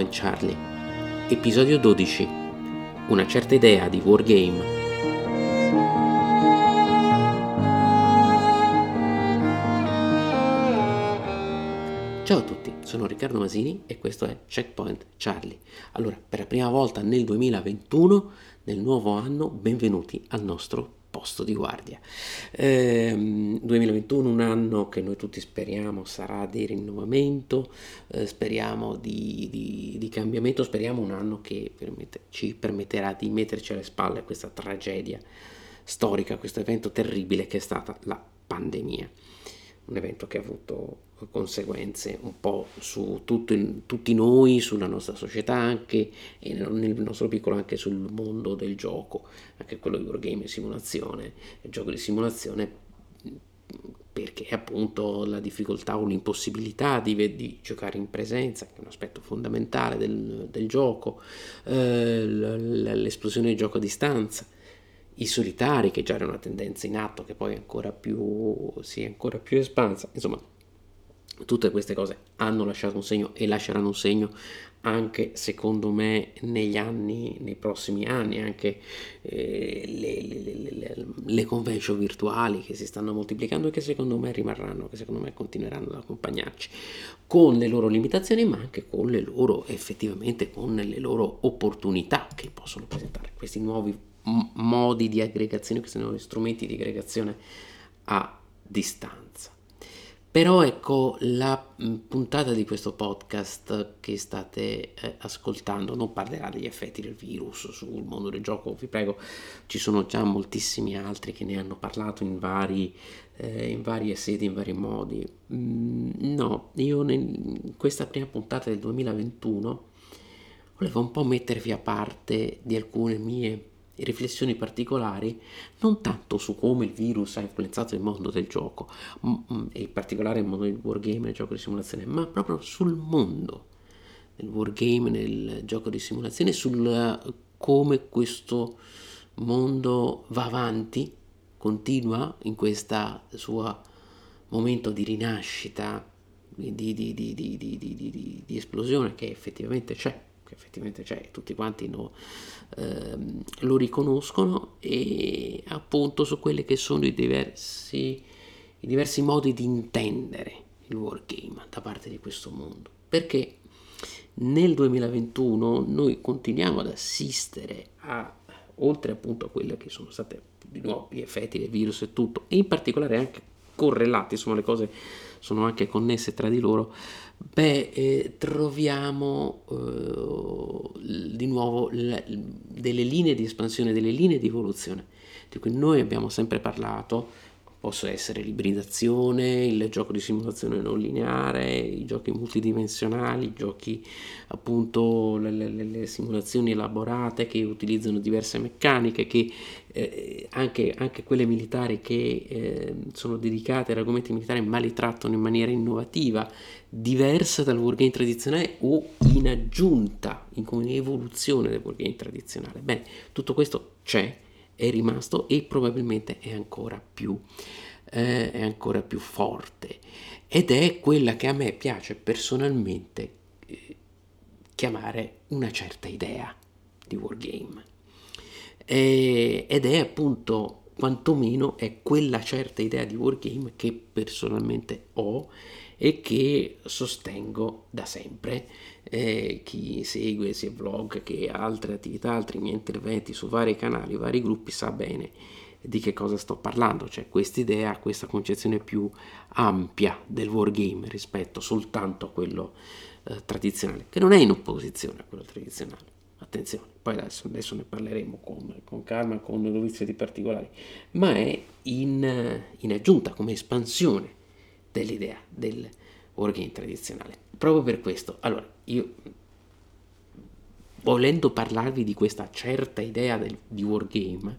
Checkpoint Charlie, episodio 12. Una certa idea di wargame. Ciao a tutti, sono Riccardo Masini e questo è Checkpoint Charlie. Allora, per la prima volta nel 2021, nel nuovo anno, benvenuti al nostro posto di guardia. 2021, un anno che noi tutti speriamo sarà di rinnovamento, speriamo di cambiamento, speriamo un anno che ci permetterà di metterci alle spalle questa tragedia storica, questo evento terribile che è stata la pandemia. Un evento che ha avuto conseguenze un po' su tutti noi, sulla nostra società anche, e nel nostro piccolo anche sul mondo del gioco, anche quello di wargame e simulazione, il gioco di simulazione, perché appunto la difficoltà o l'impossibilità di giocare in presenza, che è un aspetto fondamentale del gioco, l'esplosione del gioco a distanza, i solitari, che già era una tendenza in atto, che poi si è ancora più espansa. Insomma, tutte queste cose hanno lasciato un segno e lasceranno un segno anche, secondo me, nei prossimi anni, anche le convention virtuali che si stanno moltiplicando e che secondo me rimarranno, che secondo me continueranno ad accompagnarci con le loro limitazioni, ma anche con le loro, effettivamente, con le loro opportunità che possono presentare questi nuovi modi di aggregazione, questi nuovi strumenti di aggregazione a distanza. Però ecco, la puntata di questo podcast che state ascoltando non parlerà degli effetti del virus sul mondo del gioco, vi prego, ci sono già moltissimi altri che ne hanno parlato in varie sedi, in vari modi. No, io in questa prima puntata del 2021 volevo un po' mettervi a parte di alcune mie riflessioni particolari, non tanto su come il virus ha influenzato il mondo del gioco, e in particolare il mondo del wargame e il gioco di simulazione, ma proprio sul mondo del wargame, nel gioco di simulazione, sul come questo mondo va avanti, continua in questa sua momento di rinascita, di esplosione che effettivamente c'è, tutti quanti lo riconoscono, e appunto su quelli che sono i diversi modi di intendere il wargame da parte di questo mondo, perché nel 2021 noi continuiamo ad assistere oltre appunto a quelle che sono state di nuovo gli effetti del virus e tutto, e in particolare anche correlati, insomma le cose sono anche connesse tra di loro, troviamo di nuovo delle linee di espansione, delle linee di evoluzione di cui noi abbiamo sempre parlato. Possa essere l'ibridazione, il gioco di simulazione non lineare, i giochi multidimensionali, i giochi appunto le simulazioni elaborate che utilizzano diverse meccaniche, che anche quelle militari che sono dedicate ad argomenti militari ma li trattano in maniera innovativa, diversa dal wargame tradizionale o in aggiunta, in evoluzione del wargame tradizionale. Bene, tutto questo c'è, è rimasto e probabilmente è ancora più forte, ed è quella che a me piace personalmente chiamare una certa idea di wargame, ed è appunto, quantomeno è quella certa idea di wargame che personalmente ho e che sostengo da sempre. Chi segue sia vlog che altre attività, altri miei interventi su vari canali, vari gruppi, sa bene di che cosa sto parlando. Cioè quest'idea, questa concezione più ampia del wargame rispetto soltanto a quello tradizionale, che non è in opposizione a quello tradizionale, attenzione, poi adesso ne parleremo con calma, con dovizia particolari, ma è in aggiunta, come espansione dell'idea del wargame tradizionale. Proprio per questo, allora, io, volendo parlarvi di questa certa idea di wargame,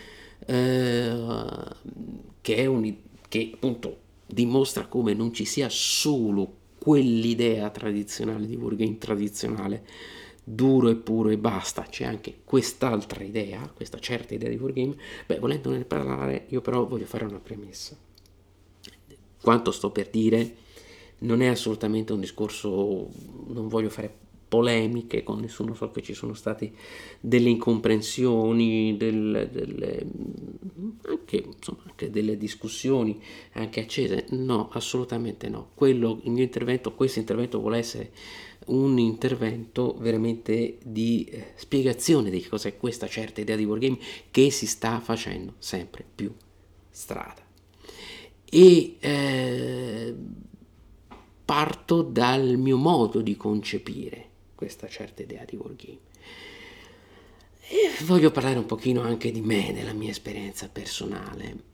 che appunto dimostra come non ci sia solo quell'idea tradizionale di wargame tradizionale, duro e puro e basta, c'è anche quest'altra idea, questa certa idea di wargame. Volendone parlare, io però voglio fare una premessa. Quanto sto per dire non è assolutamente un discorso, non voglio fare polemiche con nessuno, so che ci sono state delle incomprensioni, anche delle discussioni anche accese. No, assolutamente no. Questo intervento vuole essere un intervento veramente di spiegazione di che cos'è questa certa idea di wargame che si sta facendo sempre più strada. E parto dal mio modo di concepire questa certa idea di wargame. E voglio parlare un pochino anche di me, della mia esperienza personale,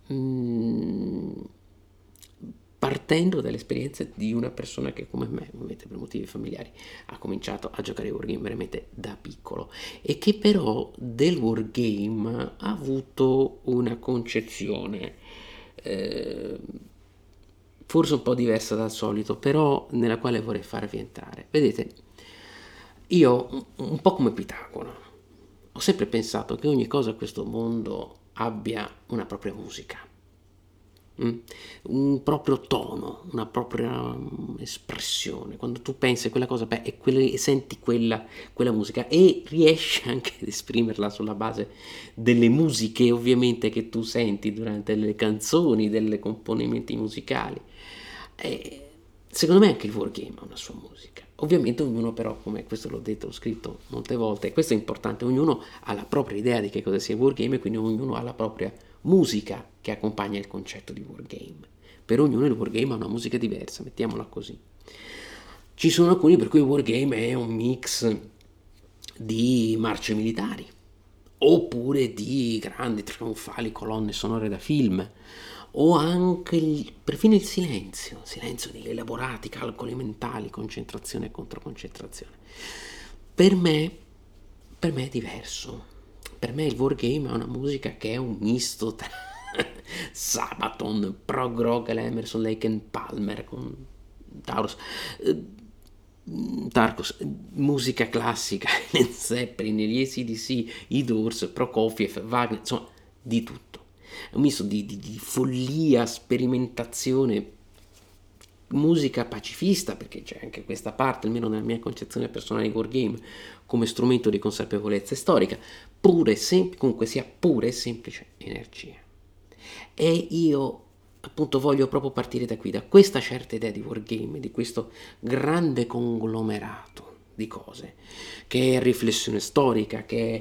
partendo dall'esperienza di una persona che come me, ovviamente per motivi familiari, ha cominciato a giocare ai wargame veramente da piccolo e che però del wargame ha avuto una concezione forse un po' diversa dal solito, però nella quale vorrei farvi entrare. Vedete, io, un po' come Pitagora, ho sempre pensato che ogni cosa a questo mondo abbia una propria musica, un proprio tono, una propria espressione. Quando tu pensi a quella cosa, senti quella musica e riesci anche ad esprimerla sulla base delle musiche, ovviamente, che tu senti durante le canzoni, delle componimenti musicali. E secondo me anche il wargame ha una sua musica. Ovviamente ognuno però, come questo l'ho detto, l'ho scritto molte volte, e questo è importante, ognuno ha la propria idea di che cosa sia il wargame e quindi ognuno ha la propria musica che accompagna il concetto di wargame. Per ognuno il wargame ha una musica diversa, mettiamola così. Ci sono alcuni per cui il wargame è un mix di marce militari, oppure di grandi trionfali colonne sonore da film, o anche perfino il silenzio di elaborati calcoli mentali, concentrazione e controconcentrazione. Per me, per me è diverso. Per me il wargame è una musica che è un misto tra Sabaton, prog rock, Emerson, Lake and Palmer con Taurus, Tarkus, musica classica, Led Zeppelin, gli AC/DC, i Doors, Prokofiev, Wagner, insomma, di tutto. È un misto di follia, sperimentazione, musica pacifista, perché c'è anche questa parte, almeno nella mia concezione personale di wargame, come strumento di consapevolezza storica, comunque sia pura e semplice energia. E io appunto voglio proprio partire da qui, da questa certa idea di wargame, di questo grande conglomerato di cose, che è riflessione storica, che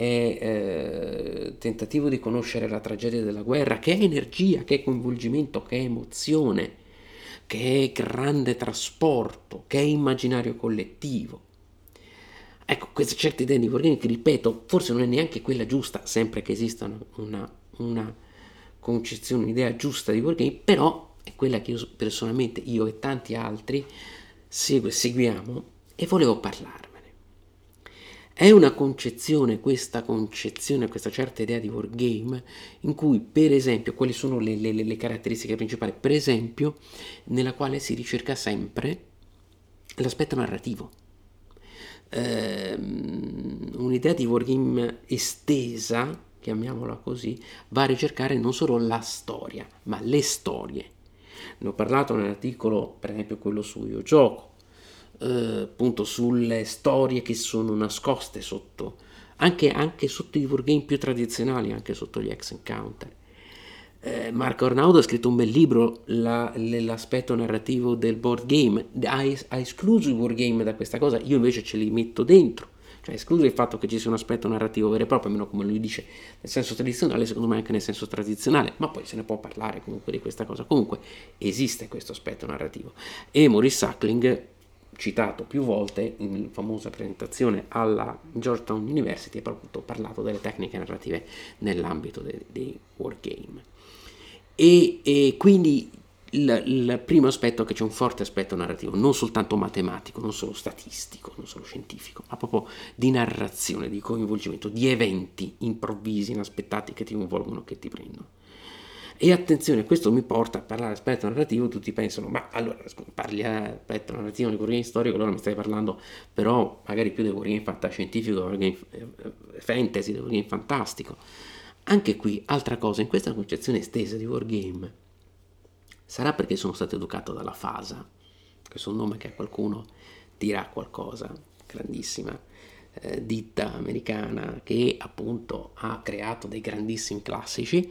è tentativo di conoscere la tragedia della guerra, che è energia, che è coinvolgimento, che è emozione, che è grande trasporto, che è immaginario collettivo. Ecco, questa certa idea di wargame che, ripeto, forse non è neanche quella giusta, sempre che esista una concezione, un'idea giusta di wargame, però è quella che io e tanti altri seguiamo e volevo parlarmene. È una concezione, questa certa idea di wargame, in cui, per esempio, quali sono le caratteristiche principali? Per esempio, nella quale si ricerca sempre l'aspetto narrativo. Un'idea di wargame estesa, chiamiamola così, va a ricercare non solo la storia, ma le storie. Ne ho parlato nell'articolo, per esempio quello su Io Gioco, appunto sulle storie che sono nascoste sotto, anche sotto i wargame più tradizionali, anche sotto gli Hex Encounter. Marco Arnaudo ha scritto un bel libro, l'aspetto narrativo del board game, ha escluso i wargame da questa cosa, io invece ce li metto dentro, cioè escluso il fatto che ci sia un aspetto narrativo vero e proprio, almeno come lui dice nel senso tradizionale, secondo me anche nel senso tradizionale, ma poi se ne può parlare comunque di questa cosa. Comunque esiste questo aspetto narrativo e Maurice Suckling, citato più volte in famosa presentazione alla Georgetown University, ha proprio parlato delle tecniche narrative nell'ambito dei wargame. E quindi il primo aspetto è che c'è un forte aspetto narrativo, non soltanto matematico, non solo statistico, non solo scientifico, ma proprio di narrazione, di coinvolgimento, di eventi improvvisi, inaspettati che ti coinvolgono, che ti prendono. E attenzione, questo mi porta a parlare di aspetto narrativo, tutti pensano, ma allora parli di aspetto narrativo di wargame storico, allora mi stai parlando però magari più del wargame fantascientifico, del wargame fantasy, del wargame fantastico. Anche qui, altra cosa, in questa concezione estesa di wargame, sarà perché sono stato educato dalla FASA, questo è un nome che a qualcuno dirà qualcosa, grandissima ditta americana che appunto ha creato dei grandissimi classici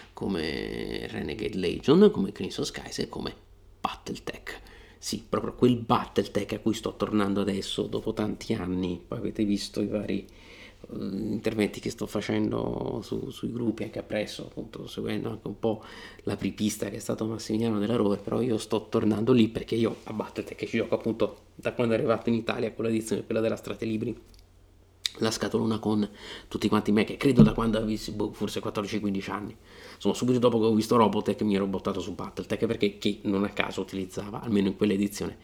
come Renegade Legion, come Crimson Skies e come Battletech. Sì, proprio quel Battletech a cui sto tornando adesso dopo tanti anni. Poi avete visto i vari interventi che sto facendo sui gruppi anche appresso, appunto seguendo anche un po' l'apripista che è stato Massimiliano della Rover, però io sto tornando lì perché io a Battletech che ci gioco appunto da quando è arrivato in Italia con l'edizione quella della Stratelibri, la scatolona con tutti quanti me, che credo da quando avessi forse 14-15 anni. Insomma, subito dopo che ho visto Robotech mi ero bottato su Battletech perché chi non a caso utilizzava, almeno in quell'edizione,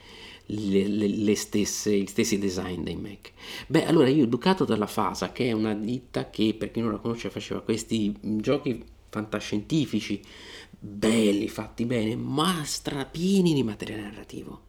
gli stessi design dei Mac. Beh, allora io educato dalla Fasa, che è una ditta che per chi non la conosce faceva questi giochi fantascientifici, belli, fatti bene, ma strapieni di materiale narrativo,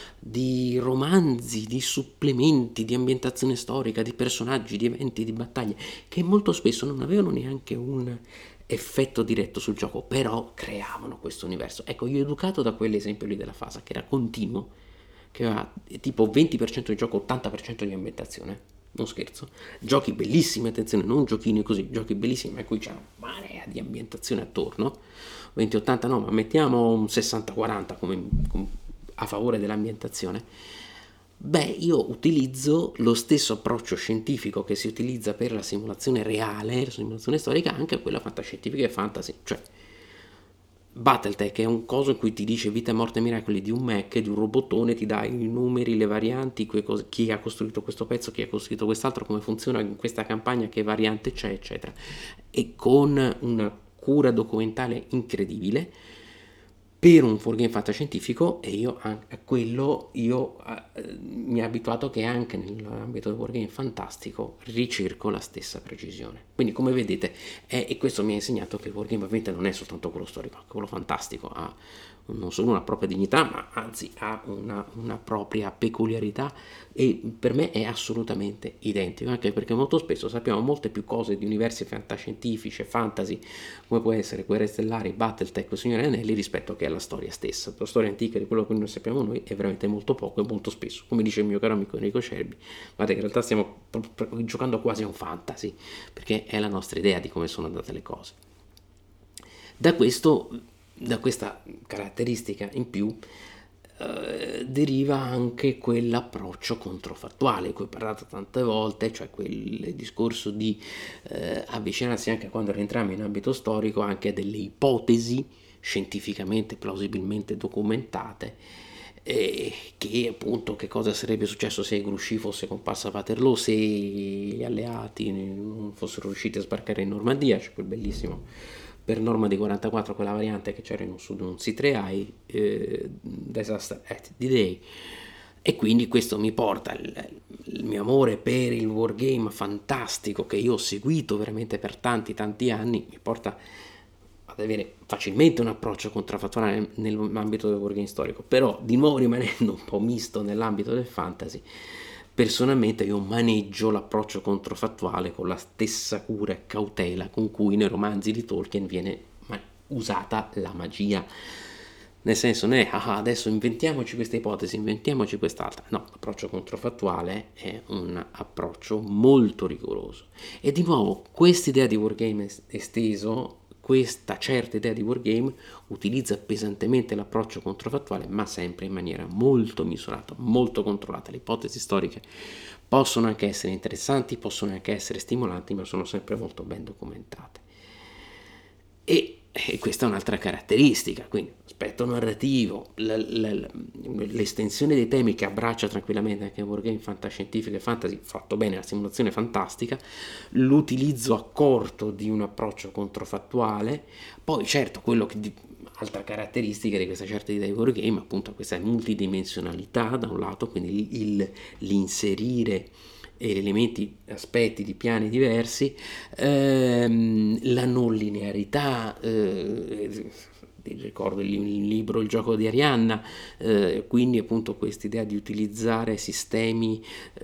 di romanzi, di supplementi, di ambientazione storica, di personaggi, di eventi, di battaglie, che molto spesso non avevano neanche un effetto diretto sul gioco, però creavano questo universo. Ecco, io educato da quell'esempio lì della Fasa, che era continuo, che aveva tipo 20% di gioco, 80% di ambientazione, non scherzo, giochi bellissimi, attenzione, non giochini così, giochi bellissimi, ma qui c'è una marea di ambientazione attorno, 20-80 no, ma mettiamo un 60-40 a favore dell'ambientazione. Beh, io utilizzo lo stesso approccio scientifico che si utilizza per la simulazione reale, la simulazione storica, anche a quella fantascientifica e fantasy, cioè Battletech è un coso in cui ti dice vita, morte e miracoli di un Mac, di un robottone, ti dà i numeri, le varianti, chi ha costruito questo pezzo, chi ha costruito quest'altro, come funziona in questa campagna, che variante c'è, eccetera. E con una cura documentale incredibile per un wargame fantascientifico, e io a quello mi ho abituato che anche nell'ambito del wargame fantastico ricerco la stessa precisione. Quindi come vedete, e questo mi ha insegnato che il wargame ovviamente non è soltanto quello storico, anche quello fantastico ha non solo una propria dignità, ma anzi ha una propria peculiarità, e per me è assolutamente identico, anche perché molto spesso sappiamo molte più cose di universi fantascientifici e fantasy, come può essere Guerre Stellari, Battletech o Signore Anelli, rispetto che alla storia stessa. La storia antica di quello che noi sappiamo noi è veramente molto poco e molto spesso, come dice il mio caro amico Enrico Cerbi, guarda che in realtà stiamo giocando quasi a un fantasy, perché è la nostra idea di come sono andate le cose. Da questa caratteristica in più deriva anche quell'approccio controfattuale di cui ho parlato tante volte, cioè quel discorso di avvicinarsi anche quando rientriamo in ambito storico anche a delle ipotesi scientificamente plausibilmente documentate, che appunto che cosa sarebbe successo se Grouchy fosse comparsa a Waterloo, se gli alleati non fossero riusciti a sbarcare in Normandia. C'è quel bellissimo per norma di 44, quella variante che c'era in un C3AI, Disaster at D-Day. E quindi questo mi porta il mio amore per il wargame fantastico che io ho seguito veramente per tanti anni, mi porta ad avere facilmente un approccio contrafattuale nell'ambito del wargame storico, però di nuovo rimanendo un po' misto nell'ambito del fantasy. Personalmente io maneggio l'approccio controfattuale con la stessa cura e cautela con cui nei romanzi di Tolkien viene usata la magia. Nel senso, non è adesso inventiamoci questa ipotesi, inventiamoci quest'altra. No, l'approccio controfattuale è un approccio molto rigoroso. E di nuovo, quest'idea di wargame esteso, questa certa idea di wargame utilizza pesantemente l'approccio controfattuale, ma sempre in maniera molto misurata, molto controllata. Le ipotesi storiche possono anche essere interessanti, possono anche essere stimolanti, ma sono sempre molto ben documentate. E questa è un'altra caratteristica, quindi l'aspetto narrativo, l'estensione dei temi che abbraccia tranquillamente anche il wargame fantascientifico e fantasy, fatto bene, la simulazione fantastica, l'utilizzo accorto di un approccio controfattuale, poi certo quello che altra caratteristica di questa certa idea di wargame, appunto questa multidimensionalità da un lato, quindi l'inserire elementi, aspetti di piani diversi, la non linearità, ricordo il libro Il gioco di Arianna, quindi appunto quest'idea di utilizzare sistemi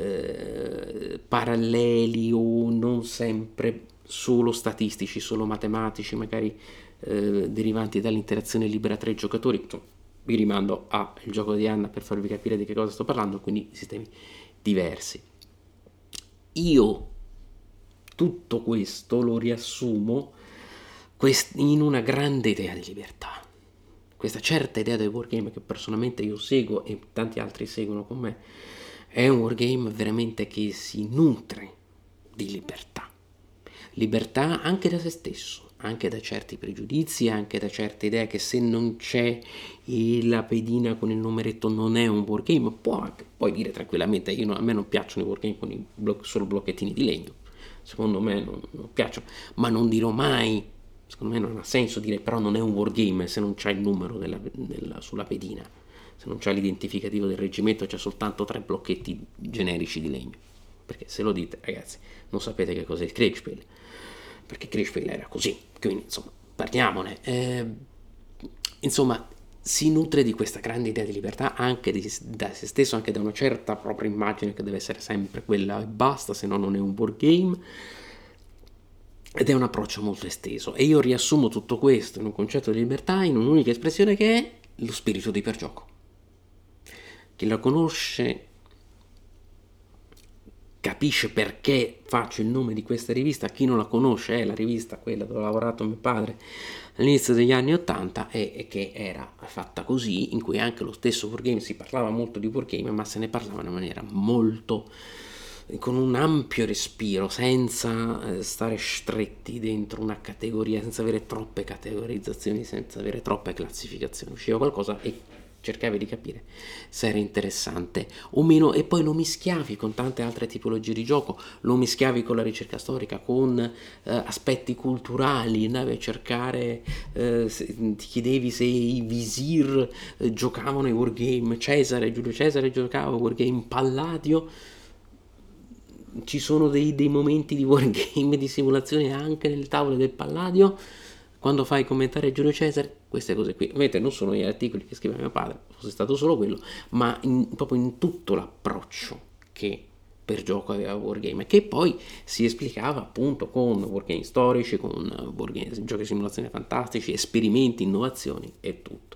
paralleli o non sempre solo statistici, solo matematici, magari derivanti dall'interazione libera tra i giocatori. Vi rimando al gioco di Arianna per farvi capire di che cosa sto parlando, quindi sistemi diversi. Io tutto questo lo riassumo in una grande idea di libertà. Questa certa idea del wargame che personalmente io seguo e tanti altri seguono con me, è un wargame veramente che si nutre di libertà. Libertà anche da se stesso, anche da certi pregiudizi, anche da certe idee che se non c'è la pedina con il numeretto non è un wargame. Puoi dire tranquillamente, a me non piacciono i wargame con solo blocchettini di legno, secondo me non piacciono, ma non dirò mai, secondo me non ha senso dire però non è un wargame se non c'è il numero sulla pedina, se non c'è l'identificativo del reggimento, c'è soltanto 3 blocchetti generici di legno, perché se lo dite ragazzi non sapete che cos'è il Kriegspiel, perché Kriegspiel era così, quindi insomma parliamone. Insomma, si nutre di questa grande idea di libertà anche da se stesso, anche da una certa propria immagine che deve essere sempre quella e basta, se no non è un wargame, ed è un approccio molto esteso. E io riassumo tutto questo in un concetto di libertà in un'unica espressione che è lo spirito di pergioco. Chi la conosce capisce perché faccio il nome di questa rivista. Chi non la conosce è la rivista, quella dove ha lavorato mio padre all'inizio degli anni 80 e che era fatta così, in cui anche lo stesso wargame, si parlava molto di wargame, ma se ne parlava in una maniera molto, con un ampio respiro, senza stare stretti dentro una categoria, senza avere troppe categorizzazioni, senza avere troppe classificazioni. Usciva qualcosa e cercavi di capire se era interessante o meno, e poi lo mischiavi con tante altre tipologie di gioco, lo mischiavi con la ricerca storica, con aspetti culturali, andavi a cercare, ti chiedevi se i visir giocavano ai wargame, Giulio Cesare giocava ai wargame, Palladio, ci sono dei momenti di wargame, di simulazione anche nelle tavole del Palladio, quando fai commentare Giulio Cesare, queste cose qui. Ovviamente non sono gli articoli che scrive mio padre, fosse stato solo quello, ma proprio in tutto l'approccio che per gioco aveva wargame, che poi si esplicava appunto con wargame storici, con giochi di simulazione fantastici, esperimenti, innovazioni e tutto.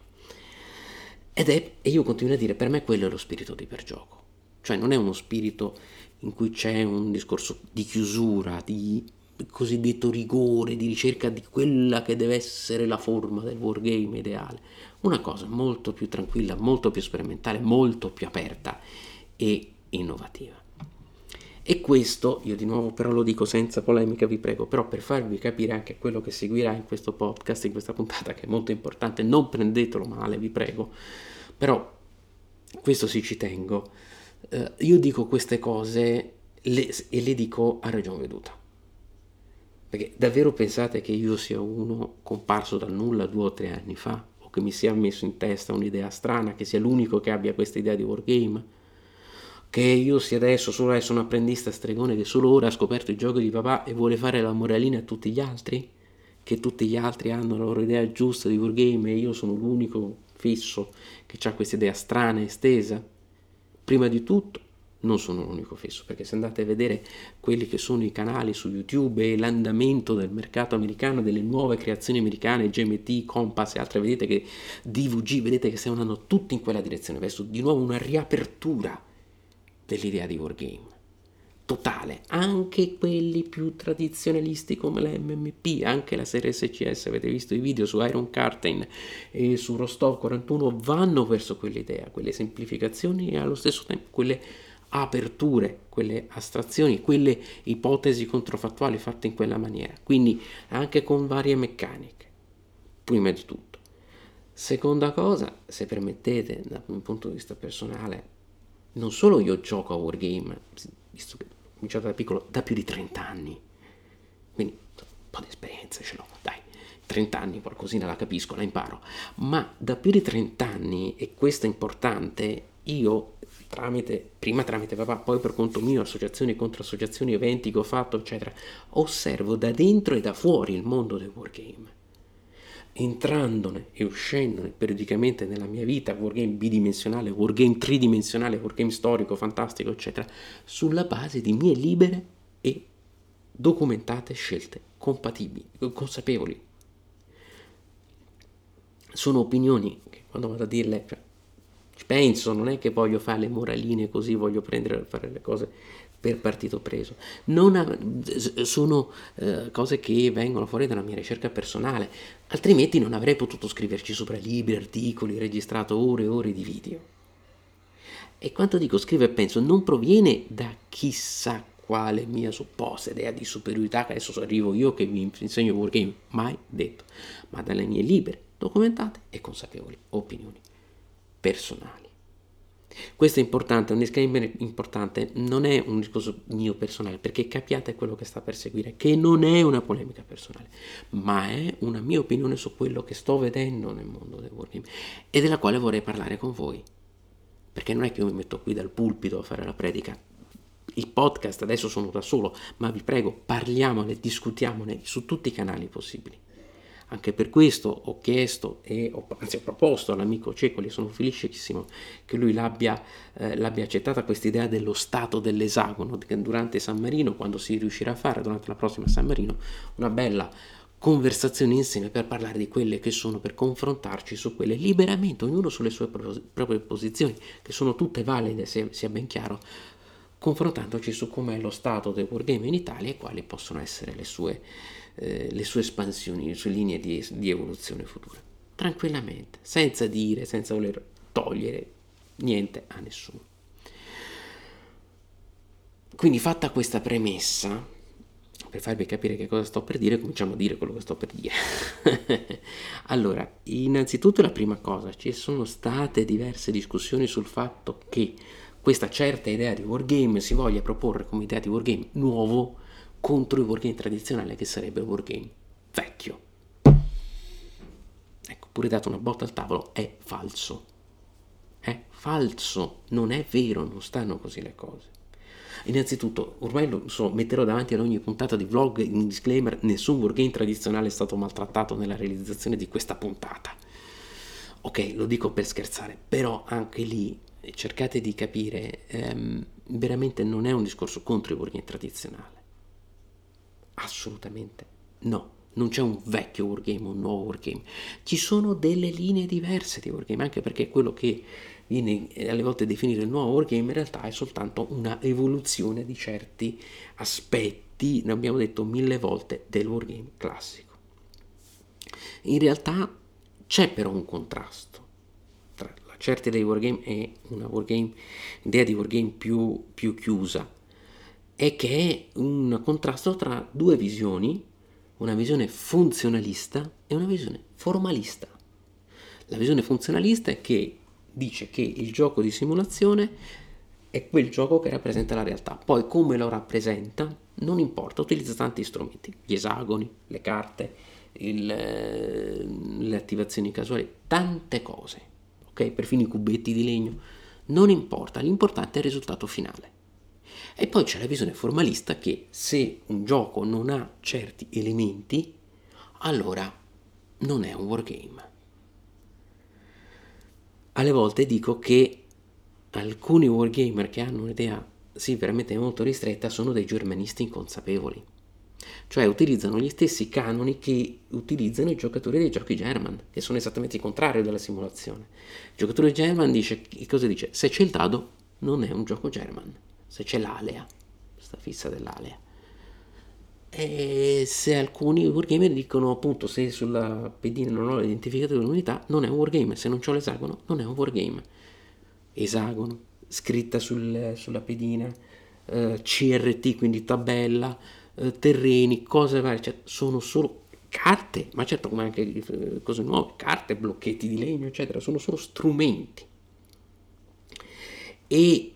E io continuo a dire, per me quello è lo spirito di per gioco, cioè non è uno spirito in cui c'è un discorso di chiusura, di cosiddetto rigore, di ricerca di quella che deve essere la forma del wargame ideale, una cosa molto più tranquilla, molto più sperimentale, molto più aperta e innovativa. E questo, io di nuovo però lo dico senza polemica, vi prego, però per farvi capire anche quello che seguirà in questo podcast, in questa puntata, che è molto importante, non prendetelo male, vi prego, però questo sì ci tengo. Io dico queste cose e le dico a ragion veduta, perché davvero pensate che io sia uno comparso dal nulla 2 o 3 anni fa, o che mi sia messo in testa un'idea strana, che sia l'unico che abbia questa idea di wargame, che io sia solo adesso un apprendista stregone che solo ora ha scoperto i giochi di papà e vuole fare la moralina a tutti gli altri, che tutti gli altri hanno la loro idea giusta di wargame e io sono l'unico fisso che ha questa idea strana e estesa. Prima di tutto non sono l'unico fisso, perché se andate a vedere quelli che sono i canali su YouTube e l'andamento del mercato americano, delle nuove creazioni americane, GMT, Compass e altre, vedete che DVG, vedete che stiamo andando tutti in quella direzione, verso di nuovo una riapertura dell'idea di wargame totale, anche quelli più tradizionalisti come la MMP, anche la serie SCS, avete visto i video su Iron Curtain e su Rostov 41, vanno verso quell'idea, quelle semplificazioni e allo stesso tempo quelle aperture, quelle astrazioni, quelle ipotesi controfattuali fatte in quella maniera, quindi anche con varie meccaniche, prima di tutto. Seconda cosa, se permettete, da un punto di vista personale, non solo io gioco a wargame, visto che ho cominciato da piccolo, da più di 30 anni, quindi un po' di esperienza ce l'ho, dai, 30 anni qualcosina la capisco, la imparo, ma da più di 30 anni, e questo è importante, io prima tramite papà, poi per conto mio, associazioni contro associazioni, eventi che ho fatto, eccetera, osservo da dentro e da fuori il mondo del wargame, entrandone e uscendone periodicamente nella mia vita, wargame bidimensionale, wargame tridimensionale, wargame storico, fantastico, eccetera, sulla base di mie libere e documentate scelte compatibili, consapevoli. Sono opinioni che quando vado a dirle, Ci penso, non è che voglio fare le moraline così, voglio prendere a fare le cose per partito preso. Sono cose che vengono fuori dalla mia ricerca personale, altrimenti non avrei potuto scriverci sopra libri, articoli, registrato ore e ore di video. E quando dico scrivo e penso, non proviene da chissà quale mia supposta idea di superiorità, che adesso arrivo io che vi insegno wargame, mai detto, ma dalle mie libere, documentate e consapevoli opinioni personali. Questo è importante, un disclaimer importante, non è un discorso mio personale, perché capiate quello che sta per seguire, che non è una polemica personale, ma è una mia opinione su quello che sto vedendo nel mondo del wargame e della quale vorrei parlare con voi. Perché non è che io mi metto qui dal pulpito a fare la predica. Il podcast adesso sono da solo, ma vi prego, parliamone, discutiamone su tutti i canali possibili. Anche per questo ho chiesto anzi ho proposto all'amico Cecoli, sono felicissimo che lui l'abbia accettata questa idea dello stato dell'esagono, che durante San Marino, quando si riuscirà a fare, durante la prossima San Marino, una bella conversazione insieme per parlare di quelle che sono, per confrontarci su quelle liberamente, ognuno sulle sue proprie posizioni, che sono tutte valide, sia ben chiaro, confrontandoci su com'è lo stato del wargame in Italia e quali possono essere le sue espansioni, le sue linee di evoluzione futura. Tranquillamente, senza voler togliere niente a nessuno. Quindi, fatta questa premessa, per farvi capire che cosa sto per dire, cominciamo a dire quello che sto per dire. Allora, innanzitutto la prima cosa, ci sono state diverse discussioni sul fatto che questa certa idea di wargame si voglia proporre come idea di wargame nuovo contro il wargame tradizionale che sarebbe il wargame vecchio. Ecco, pure dato una botta al tavolo, è falso. È falso, non è vero, non stanno così le cose. Innanzitutto, ormai lo so, metterò davanti ad ogni puntata di vlog in disclaimer, nessun wargame tradizionale è stato maltrattato nella realizzazione di questa puntata. Ok, lo dico per scherzare, però anche lì cercate di capire, veramente non è un discorso contro il wargame tradizionale. Assolutamente no. Non c'è un vecchio wargame o un nuovo wargame. Ci sono delle linee diverse di wargame, anche perché quello che viene alle volte definito il nuovo wargame in realtà è soltanto una evoluzione di certi aspetti, ne abbiamo detto 1000 volte, del wargame classico. In realtà c'è però un contrasto tra la certa idea di wargame e una idea di wargame più chiusa, e che è un contrasto tra due visioni, una visione funzionalista e una visione formalista. La visione funzionalista è che dice che il gioco di simulazione è quel gioco che rappresenta la realtà, poi come lo rappresenta non importa, utilizza tanti strumenti, gli esagoni, le carte, le attivazioni casuali, tante cose, ok? Perfino i cubetti di legno, non importa, l'importante è il risultato finale. E poi c'è la visione formalista che se un gioco non ha certi elementi, allora non è un wargame. Alle volte dico che alcuni wargamer che hanno un'idea sì veramente molto ristretta sono dei germanisti inconsapevoli, cioè utilizzano gli stessi canoni che utilizzano i giocatori dei giochi German, che sono esattamente il contrario della simulazione. Il giocatore German dice, cosa dice? Se c'è il dado non è un gioco German, se c'è l'alea, sta fissa dell'alea. E se alcuni wargamer dicono appunto se sulla pedina non ho l'identificatore dell'unità non è un wargame, se non c'ho l'esagono non è un wargame. Esagono, scritta sulla pedina, CRT, quindi tabella, terreni, cose varie, cioè, sono solo carte, ma certo come anche cose nuove, carte, blocchetti di legno, eccetera, sono solo strumenti. E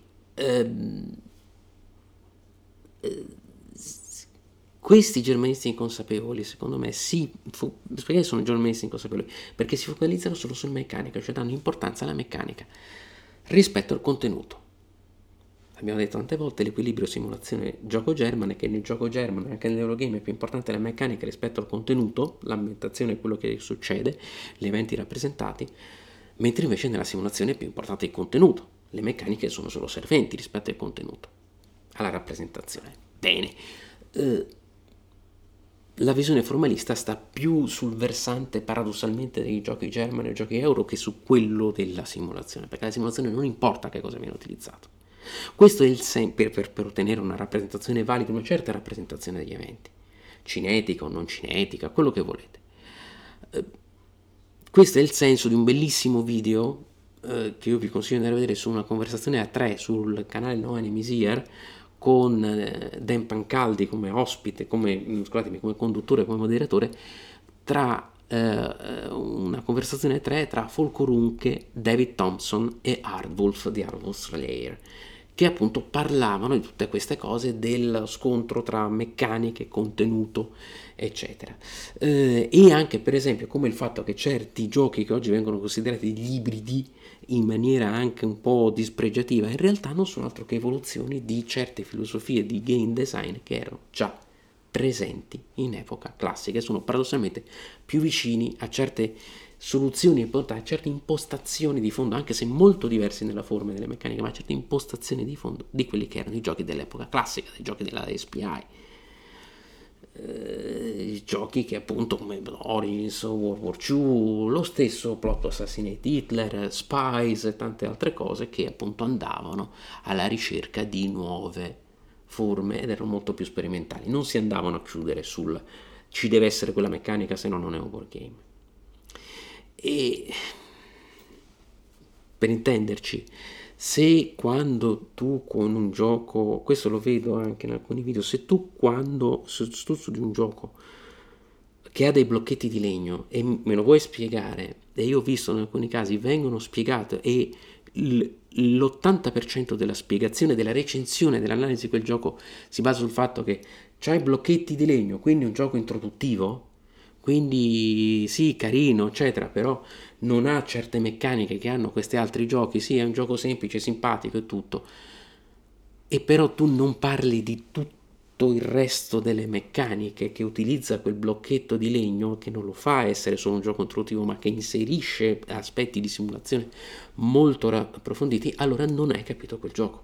questi germanisti inconsapevoli, secondo me, perché sono germanisti inconsapevoli? Perché si focalizzano solo sul meccanica, cioè danno importanza alla meccanica rispetto al contenuto. Abbiamo detto tante volte l'equilibrio simulazione gioco German è che nel gioco German, anche nell'Eurogame, è più importante la meccanica rispetto al contenuto, l'ambientazione è quello che succede, gli eventi rappresentati, mentre invece nella simulazione è più importante il contenuto, le meccaniche sono solo serventi rispetto al contenuto, alla rappresentazione. Bene, la visione formalista sta più sul versante paradossalmente dei giochi German e giochi euro che su quello della simulazione, perché la simulazione non importa che cosa viene utilizzato. Questo è il per ottenere una rappresentazione valida, una certa rappresentazione degli eventi, cinetica o non cinetica, quello che volete. Questo è il senso di un bellissimo video che io vi consiglio di andare a vedere su una conversazione a tre sul canale No Enemies Here con Dan Pancaldi come ospite, come conduttore, come moderatore, tra una conversazione a tre tra Folko Runke, David Thompson e Hardwolf di Hardwolf Slayer, che appunto parlavano di tutte queste cose, del scontro tra meccaniche, contenuto, eccetera. E anche per esempio come il fatto che certi giochi che oggi vengono considerati degli ibridi in maniera anche un po' dispregiativa, in realtà non sono altro che evoluzioni di certe filosofie di game design che erano già presenti in epoca classica e sono paradossalmente più vicini a certe soluzioni e a certe impostazioni di fondo, anche se molto diversi nella forma e nelle meccaniche, ma a certe impostazioni di fondo di quelli che erano i giochi dell'epoca classica, dei giochi della SPI. Giochi che appunto come Origins, World War II, lo stesso Plot Assassinate Hitler, Spies e tante altre cose che appunto andavano alla ricerca di nuove forme ed erano molto più sperimentali, non si andavano a chiudere sul ci deve essere quella meccanica se no non è un wargame. E per intenderci, se quando tu con un gioco, questo lo vedo anche in alcuni video, se tu quando su di un gioco che ha dei blocchetti di legno e me lo vuoi spiegare, e io ho visto in alcuni casi vengono spiegate e l'80% della spiegazione, della recensione, dell'analisi di quel gioco si basa sul fatto che c'hai blocchetti di legno, quindi un gioco introduttivo, quindi sì, carino, eccetera, però non ha certe meccaniche che hanno questi altri giochi, sì, è un gioco semplice, simpatico e tutto, e però tu non parli di tutto il resto delle meccaniche che utilizza quel blocchetto di legno, che non lo fa essere solo un gioco introduttivo, ma che inserisce aspetti di simulazione molto approfonditi, allora non hai capito quel gioco.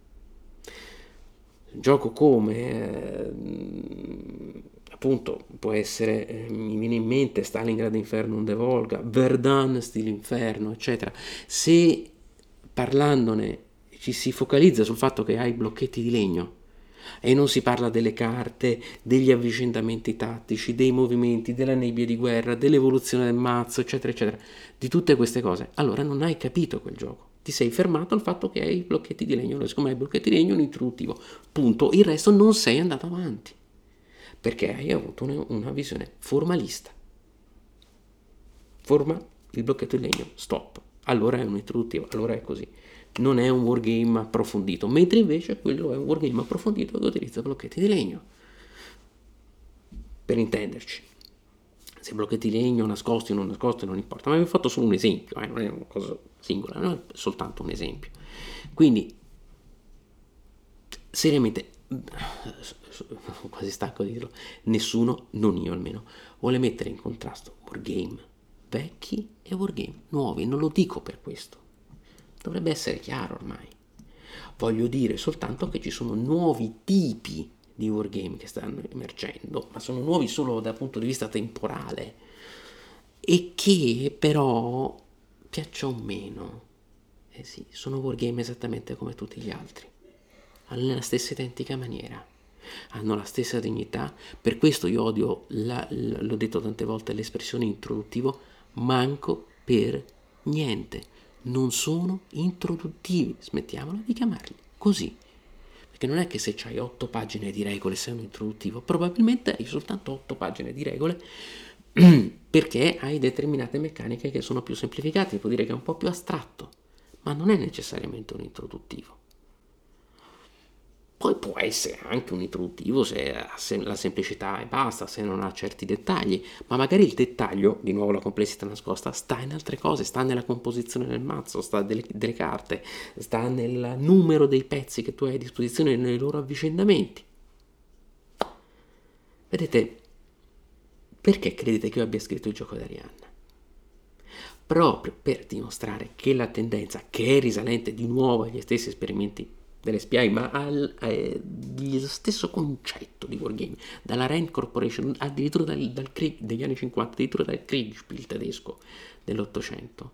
Un gioco come appunto può essere, mi viene in mente Stalingrad Infernum de Volga, Verdun Stile Inferno, eccetera. Se parlandone ci si focalizza sul fatto che hai blocchetti di legno e non si parla delle carte, degli avvicendamenti tattici, dei movimenti, della nebbia di guerra, dell'evoluzione del mazzo, eccetera, eccetera, di tutte queste cose, allora non hai capito quel gioco. Ti sei fermato al fatto che hai i blocchetti di legno, siccome hai i blocchetti di legno è un introduttivo, punto, il resto non sei andato avanti, perché hai avuto una visione formalista. Forma il blocchetto di legno, stop, allora è un introduttivo, allora è così. Non è un wargame approfondito, mentre invece quello è un wargame approfondito che utilizza blocchetti di legno. Per intenderci, se blocchetti di legno nascosti o non nascosti non importa, ma vi ho fatto solo un esempio, non è una cosa singola, non è soltanto un esempio. Quindi, seriamente, quasi stanco di dirlo, nessuno, non io almeno, vuole mettere in contrasto wargame vecchi e wargame nuovi, non lo dico per questo. Dovrebbe essere chiaro ormai. Voglio dire soltanto che ci sono nuovi tipi di wargame che stanno emergendo, ma sono nuovi solo dal punto di vista temporale e che però piaccia o meno, eh sì, sono wargame esattamente come tutti gli altri, nella stessa identica maniera, hanno la stessa dignità. Per questo io odio, l'ho detto tante volte, l'espressione introduttivo, manco per niente. Non sono introduttivi, smettiamola di chiamarli così, perché non è che se c'hai 8 pagine di regole sei un introduttivo, probabilmente hai soltanto 8 pagine di regole perché hai determinate meccaniche che sono più semplificate, vuol dire che è un po' più astratto, ma non è necessariamente un introduttivo. Poi può essere anche un introduttivo se la semplicità e basta, se non ha certi dettagli, ma magari il dettaglio, di nuovo la complessità nascosta, sta in altre cose, sta nella composizione del mazzo, sta delle carte, sta nel numero dei pezzi che tu hai a disposizione nei loro avvicendamenti. Vedete, perché credete che io abbia scritto il gioco d'Arianna? Proprio per dimostrare che la tendenza, che è risalente di nuovo agli stessi esperimenti delle SPI, ma lo stesso concetto di wargame, dalla Rand Corporation, addirittura degli anni 50, addirittura dal Kriegspiel tedesco dell'Ottocento.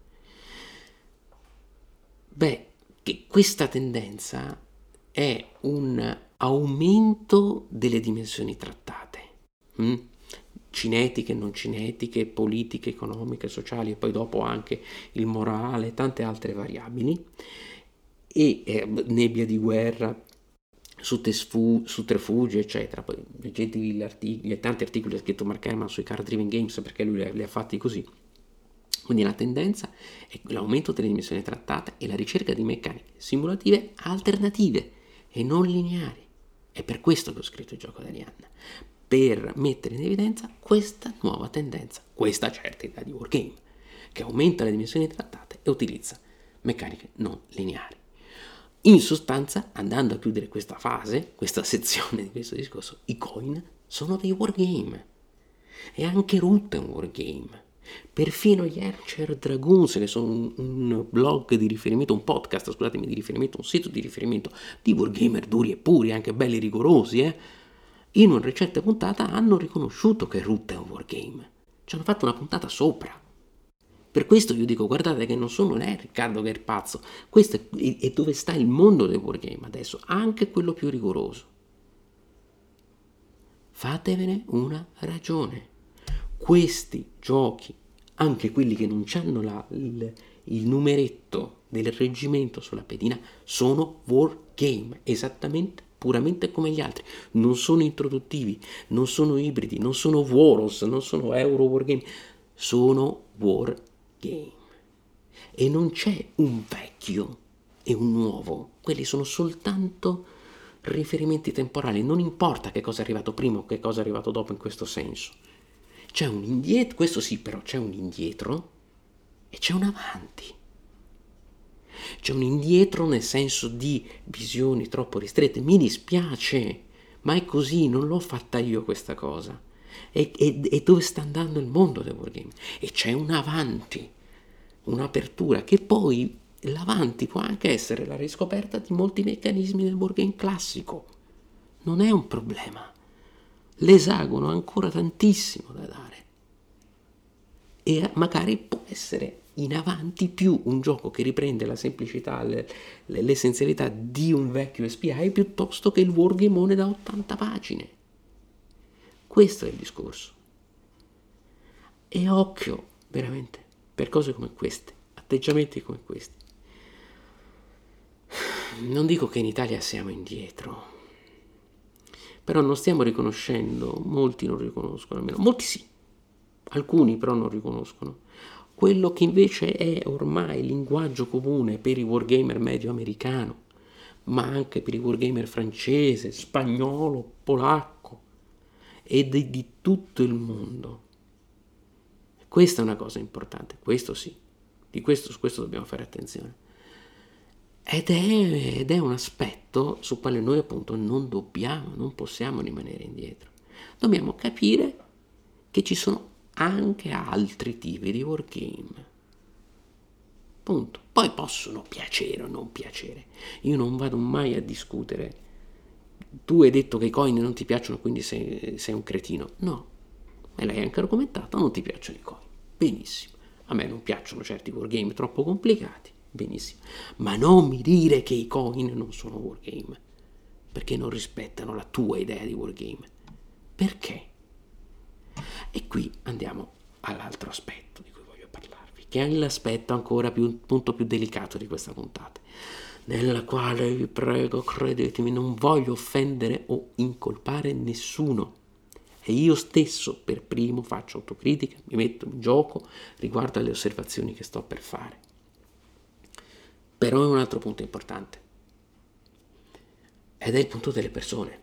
Beh, che questa tendenza è un aumento delle dimensioni trattate, cinetiche, non cinetiche, politiche, economiche, sociali e poi dopo anche il morale, tante altre variabili, e nebbia di guerra, sotterfugi, eccetera. Poi leggetevi gli tanti articoli che ha scritto Mark Herman sui card driven games, perché lui li ha fatti così. Quindi la tendenza è l'aumento delle dimensioni trattate e la ricerca di meccaniche simulative alternative e non lineari. È per questo che ho scritto il gioco d'Arianna, per mettere in evidenza questa nuova tendenza, questa certa idea di wargame, che aumenta le dimensioni trattate e utilizza meccaniche non lineari. In sostanza, andando a chiudere questa fase, questa sezione di questo discorso, i coin sono dei wargame. E anche Root è un wargame. Perfino gli Archer Dragoons, che sono un blog di riferimento, un podcast, scusatemi, di riferimento, un sito di riferimento di wargamer duri e puri, anche belli rigorosi, in una recente puntata hanno riconosciuto che Root è un wargame. Ci hanno fatto una puntata sopra. Per questo io dico, guardate che non sono Riccardo che è il pazzo, questo è dove sta il mondo del wargame adesso, anche quello più rigoroso. Fatevene una ragione. Questi giochi, anche quelli che non hanno il numeretto del reggimento sulla pedina, sono wargame, esattamente, puramente come gli altri. Non sono introduttivi, non sono ibridi, non sono Waros, non sono Euro Wargame, sono wargame. E non c'è un vecchio e un nuovo, quelli sono soltanto riferimenti temporali, non importa che cosa è arrivato prima o che cosa è arrivato dopo in questo senso. C'è un indietro, questo sì, però c'è un indietro e c'è un avanti. C'è un indietro nel senso di visioni troppo ristrette. Mi dispiace, ma è così, non l'ho fatta io questa cosa. E dove sta andando il mondo del wargame? E c'è un avanti, un'apertura, che poi l'avanti può anche essere la riscoperta di molti meccanismi del wargame classico. Non è un problema. L'esagono ha ancora tantissimo da dare. E magari può essere in avanti più un gioco che riprende la semplicità, l'essenzialità di un vecchio SPI piuttosto che il wargameone da 80 pagine. Questo è il discorso. E occhio, veramente, per cose come queste, atteggiamenti come questi. Non dico che in Italia siamo indietro, però non stiamo riconoscendo, molti non riconoscono, almeno molti sì, alcuni però non riconoscono quello che invece è ormai il linguaggio comune per i wargamer medio americano, ma anche per i wargamer francese, spagnolo, polacco e di tutto il mondo. Questa è una cosa importante, questo sì, su questo dobbiamo fare attenzione. Ed è un aspetto sul quale noi appunto non possiamo rimanere indietro. Dobbiamo capire che ci sono anche altri tipi di wargame. Punto. Poi possono piacere o non piacere. Io non vado mai a discutere. Tu hai detto che i coin non ti piacciono, quindi sei un cretino. No, me l'hai anche argomentato, non ti piacciono i coin. Benissimo. A me non piacciono certi wargame troppo complicati. Benissimo. Ma non mi dire che i coin non sono wargame, perché non rispettano la tua idea di wargame. Perché? E qui andiamo all'altro aspetto di cui voglio parlarvi, che è l'aspetto ancora più, il punto più delicato di questa puntata, nella quale vi prego, credetemi, non voglio offendere o incolpare nessuno. E io stesso per primo faccio autocritica, mi metto in gioco riguardo alle osservazioni che sto per fare. Però è un altro punto importante, ed è il punto delle persone.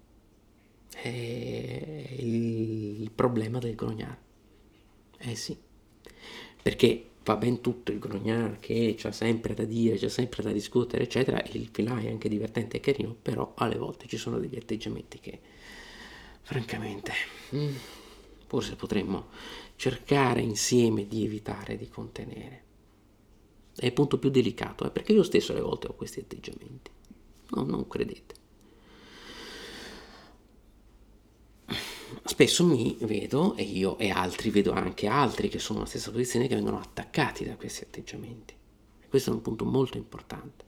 È il problema del grognare. Sì, perché va ben tutto il grognare che c'ha sempre da dire, c'è sempre da discutere, eccetera, il filà è anche divertente e carino, però alle volte ci sono degli atteggiamenti che, francamente, forse potremmo cercare insieme di evitare, di contenere. È il punto più delicato, perché io stesso alle volte ho questi atteggiamenti. No, non credete. Spesso mi vedo, e io e altri, vedo anche altri che sono nella stessa posizione, che vengono attaccati da questi atteggiamenti. E questo è un punto molto importante.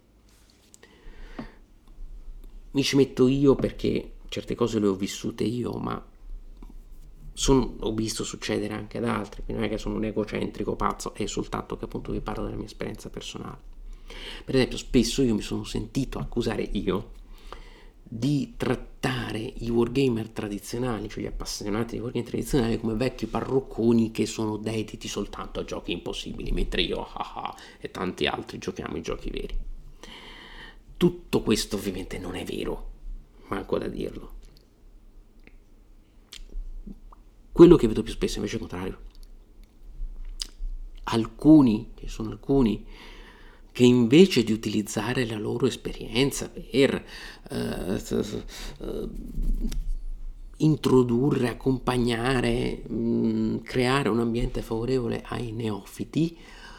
Mi ci metto io perché certe cose le ho vissute io, ma ho visto succedere anche ad altri, quindi non è che sono un egocentrico pazzo, è soltanto che appunto vi parlo della mia esperienza personale. Per esempio, spesso io mi sono sentito accusare io di trattare i wargamer tradizionali, cioè gli appassionati di wargame tradizionali, come vecchi parrocconi che sono dediti soltanto a giochi impossibili, mentre io e tanti altri giochiamo i giochi veri. Tutto questo ovviamente non è vero, manco da dirlo. Quello che vedo più spesso invece è il contrario. Alcuni che invece di utilizzare la loro esperienza per introdurre, accompagnare, creare un ambiente favorevole ai neofiti,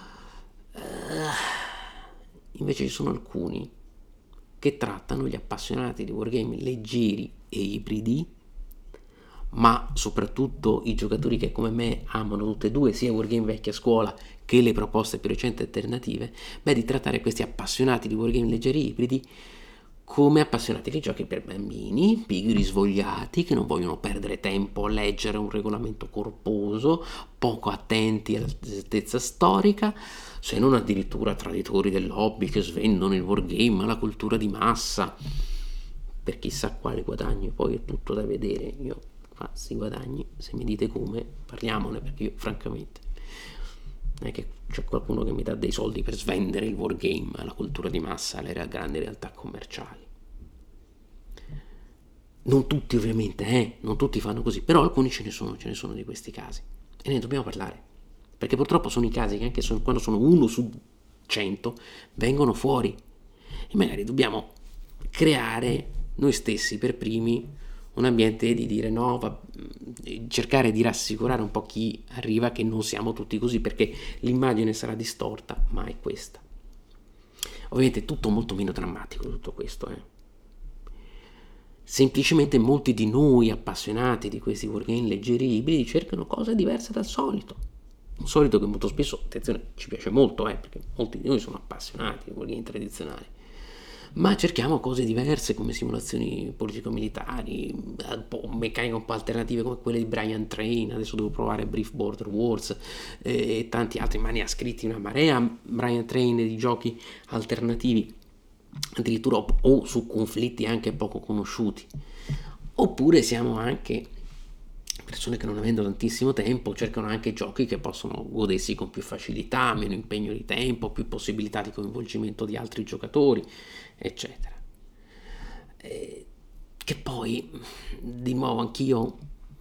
invece ci sono alcuni che trattano gli appassionati di wargame leggeri e ibridi, ma soprattutto i giocatori che come me amano tutte e due, sia wargame vecchia scuola che le proposte più recenti alternative, di trattare questi appassionati di wargame leggeri ibridi come appassionati di giochi per bambini, pigri svogliati, che non vogliono perdere tempo a leggere un regolamento corposo, poco attenti all'esattezza storica, se non addirittura traditori dell'hobby che svendono il wargame alla cultura di massa, per chissà quale guadagno. Poi è tutto da vedere. Io questi guadagni, se mi dite come, parliamone, perché io francamente non è che c'è qualcuno che mi dà dei soldi per svendere il wargame alla cultura di massa, alle grandi realtà commerciali. Non tutti ovviamente, non tutti fanno così, però alcuni ce ne sono di questi casi e ne dobbiamo parlare, perché purtroppo sono i casi che anche quando sono 1 su 100 vengono fuori, e magari dobbiamo creare noi stessi per primi un ambiente di dire no, cercare di rassicurare un po' chi arriva che non siamo tutti così, perché l'immagine sarà distorta, ma è questa. Ovviamente è tutto molto meno drammatico tutto questo, Semplicemente molti di noi appassionati di questi wargame leggeri ibridi cercano cose diverse dal solito. Un solito che molto spesso, attenzione, ci piace molto, perché molti di noi sono appassionati di wargame tradizionali. Ma cerchiamo cose diverse come simulazioni politico-militari, meccaniche un po' alternative come quelle di Brian Train. Adesso devo provare Brief Border Wars e tanti altri, ma ne ha scritti una marea Brian Train di giochi alternativi, addirittura o su conflitti anche poco conosciuti. Oppure siamo anche persone che, non avendo tantissimo tempo, cercano anche giochi che possono godersi con più facilità, meno impegno di tempo, più possibilità di coinvolgimento di altri giocatori, eccetera. Che poi, di nuovo, anch'io,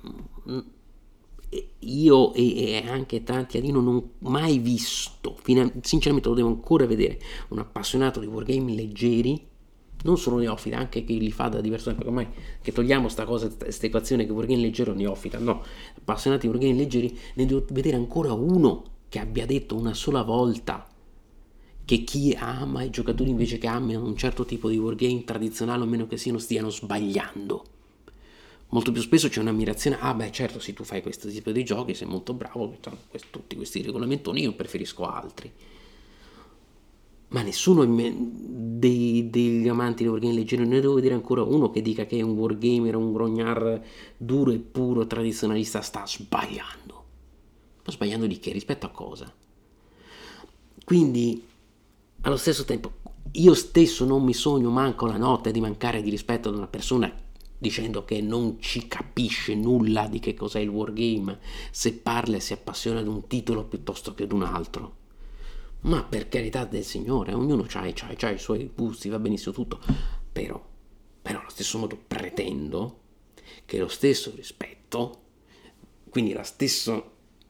io e anche tanti a non ho mai visto, sinceramente lo devo ancora vedere, un appassionato di wargame leggeri, non solo neofita, anche chi li fa da diverso tempo, perché ormai che togliamo questa equazione che wargame leggero neofita, no, appassionati di wargame leggeri, ne devo vedere ancora uno che abbia detto una sola volta che chi ama i giocatori invece che amano un certo tipo di wargame tradizionale, o meno che siano, stiano sbagliando. Molto più spesso c'è un'ammirazione, certo, se tu fai questo tipo di giochi sei molto bravo, tutti questi regolamentoni, io preferisco altri. Ma nessuno degli amanti di wargame leggero, ne devo vedere ancora uno che dica che è un wargamer, un grognard duro e puro tradizionalista, sta sbagliando. Ma sbagliando di che? Rispetto a cosa? Quindi, allo stesso tempo, io stesso non mi sogno manco la notte di mancare di rispetto ad una persona dicendo che non ci capisce nulla di che cos'è il wargame, se parla e si appassiona ad un titolo piuttosto che ad un altro. Ma per carità del Signore, ognuno ha i suoi gusti, va benissimo tutto, però allo stesso modo pretendo che lo stesso rispetto, quindi lo stesso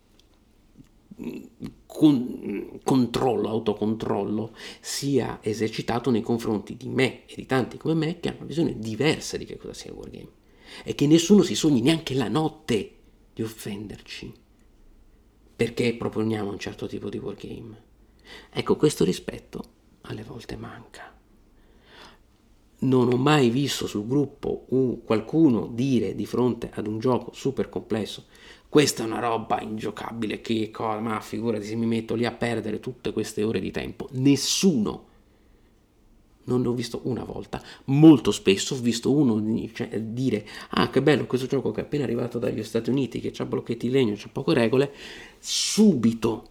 controllo, autocontrollo, sia esercitato nei confronti di me e di tanti come me che hanno una visione diversa di che cosa sia il wargame, e che nessuno si sogni neanche la notte di offenderci perché proponiamo un certo tipo di wargame. Ecco, questo rispetto alle volte manca. non ho mai visto sul gruppo qualcuno dire di fronte ad un gioco super complesso: questa è una roba ingiocabile, che cosa, ma figurati se mi metto lì a perdere tutte queste ore di tempo. Nessuno. Non ne ho visto una volta. Molto spesso ho visto uno dire: ah, che bello questo gioco che è appena arrivato dagli Stati Uniti, che c'ha blocchetti di legno, c'ha poche regole. Subito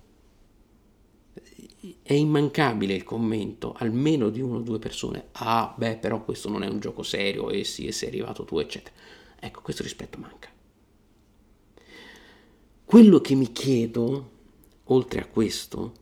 è immancabile il commento, almeno di una o due persone: ah, beh, però questo non è un gioco serio, e sì, e sei arrivato tu, eccetera. Ecco, questo rispetto manca. Quello che mi chiedo, oltre a questo,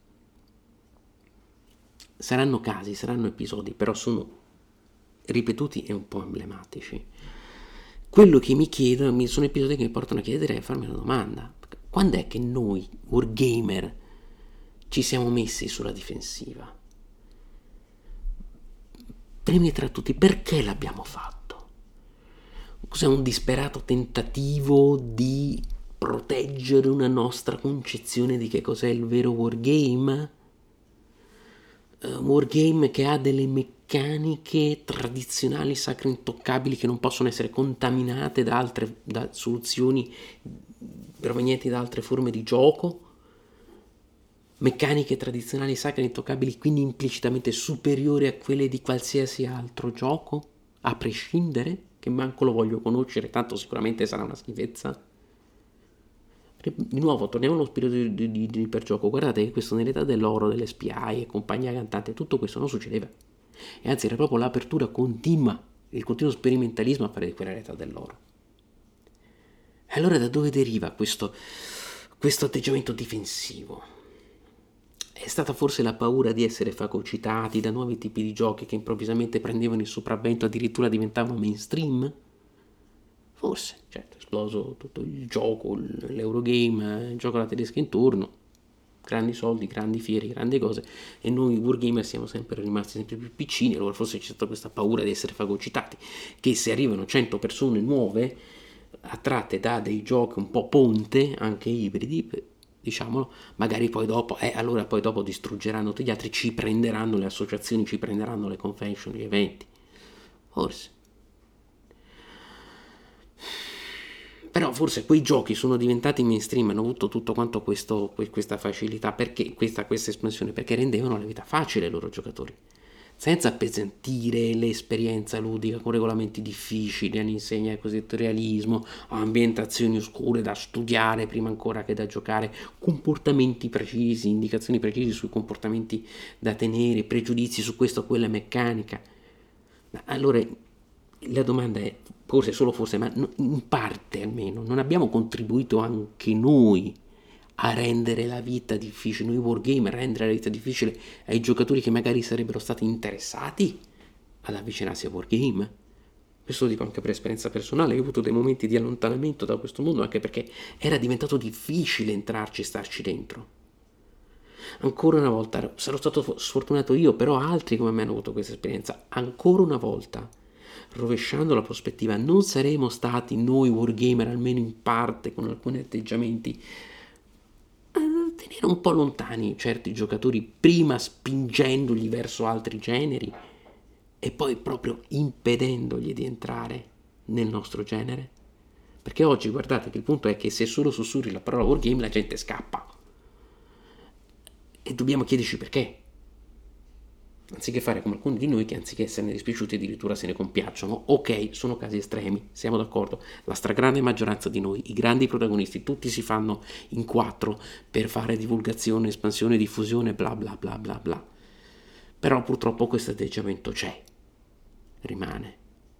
saranno casi, saranno episodi, però sono ripetuti e un po' emblematici. Quello che mi chiedo, sono episodi che mi portano a chiedere e a farmi una domanda: quando è che noi, wargamer, ci siamo messi sulla difensiva? Prima tra tutti, perché l'abbiamo fatto? Cos'è un disperato tentativo di proteggere una nostra concezione di che cos'è il vero wargame? Un wargame che ha delle meccaniche tradizionali sacre intoccabili che non possono essere contaminate da soluzioni provenienti da altre forme di gioco, meccaniche tradizionali sacre intoccabili quindi implicitamente superiori a quelle di qualsiasi altro gioco, a prescindere, che manco lo voglio conoscere, tanto sicuramente sarà una schifezza. Di nuovo, torniamo allo spirito di ipergioco. Guardate che questo nell'età dell'oro, delle SPI e compagnia cantante, tutto questo non succedeva. E anzi era proprio l'apertura continua, il continuo sperimentalismo a fare di quella l'età dell'oro. E allora da dove deriva questo atteggiamento difensivo? È stata forse la paura di essere fagocitati da nuovi tipi di giochi che improvvisamente prendevano il sopravvento, addirittura diventavano mainstream? Forse, certo, è esploso tutto il gioco, l'Eurogame, il gioco alla tedesca in turno, grandi soldi, grandi fiere, grandi cose, e noi wargamer siamo sempre rimasti sempre più piccini. Allora forse c'è stata questa paura di essere fagocitati, che se arrivano 100 persone nuove, attratte da dei giochi un po' ponte, anche ibridi, diciamolo, magari poi dopo, allora poi dopo distruggeranno tutti gli altri, ci prenderanno le associazioni, ci prenderanno le convention, gli eventi. Forse. Però forse quei giochi sono diventati mainstream, hanno avuto tutto quanto questa facilità, perché questa espansione, perché rendevano la vita facile ai loro giocatori, senza appesantire l'esperienza ludica con regolamenti difficili all'insegna del cosiddetto realismo, ambientazioni oscure da studiare prima ancora che da giocare, comportamenti precisi, indicazioni precise sui comportamenti da tenere, pregiudizi su questa o quella meccanica. Allora la domanda è, forse, solo forse, ma in parte almeno, non abbiamo contribuito anche noi a rendere la vita difficile, noi wargamer, a rendere la vita difficile ai giocatori che magari sarebbero stati interessati ad avvicinarsi a wargame? Questo lo dico anche per esperienza personale, io ho avuto dei momenti di allontanamento da questo mondo anche perché era diventato difficile entrarci e starci dentro. Ancora una volta, sarò stato sfortunato io, però altri come me hanno avuto questa esperienza. Ancora una volta, rovesciando la prospettiva, non saremo stati noi wargamer, almeno in parte, con alcuni atteggiamenti, a tenere un po' lontani certi giocatori, prima spingendoli verso altri generi e poi proprio impedendogli di entrare nel nostro genere? Perché oggi guardate che il punto è che se solo sussurri la parola wargame la gente scappa. E dobbiamo chiederci perché. Anziché fare come alcuni di noi che anziché esserne dispiaciuti addirittura se ne compiacciono. Ok, sono casi estremi, siamo d'accordo. La stragrande maggioranza di noi, i grandi protagonisti, tutti si fanno in quattro per fare divulgazione, espansione, diffusione, bla bla bla bla bla. Però purtroppo questo atteggiamento c'è, rimane.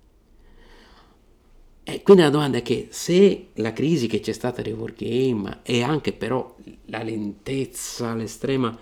E quindi la domanda è che se la crisi che c'è stata nei wargame e anche però la lentezza, l'estrema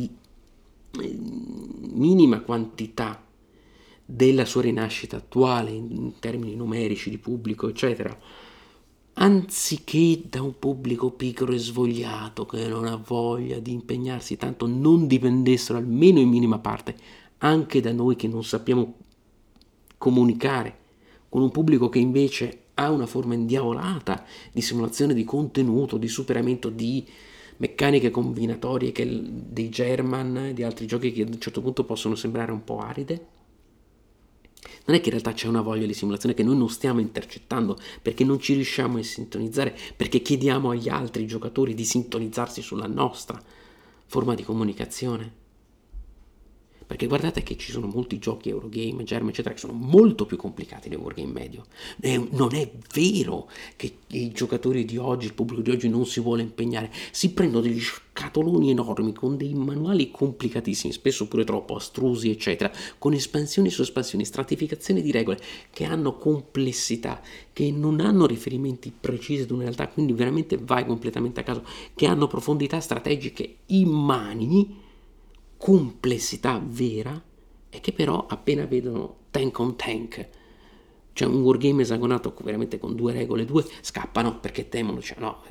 minima quantità della sua rinascita attuale in termini numerici di pubblico eccetera, anziché da un pubblico piccolo e svogliato che non ha voglia di impegnarsi tanto, non dipendessero almeno in minima parte anche da noi che non sappiamo comunicare con un pubblico che invece ha una forma indiavolata di simulazione di contenuto, di superamento di meccaniche combinatorie dei German e di altri giochi che ad un certo punto possono sembrare un po' aride. Non è che in realtà c'è una voglia di simulazione che noi non stiamo intercettando perché non ci riusciamo a sintonizzare, perché chiediamo agli altri giocatori di sintonizzarsi sulla nostra forma di comunicazione. Perché guardate che ci sono molti giochi Eurogame, Germa, eccetera, che sono molto più complicati dei Wargame medio. Non è vero che i giocatori di oggi, il pubblico di oggi non si vuole impegnare. Si prendono degli scatoloni enormi con dei manuali complicatissimi, spesso pure troppo astrusi, eccetera, con espansioni su espansioni, stratificazioni di regole che hanno complessità, che non hanno riferimenti precisi ad una realtà, quindi veramente vai completamente a caso, che hanno profondità strategiche immani, complessità vera, e che però appena vedono tank on tank, cioè un wargame esagonato veramente con 2 regole, scappano perché temono, cioè no,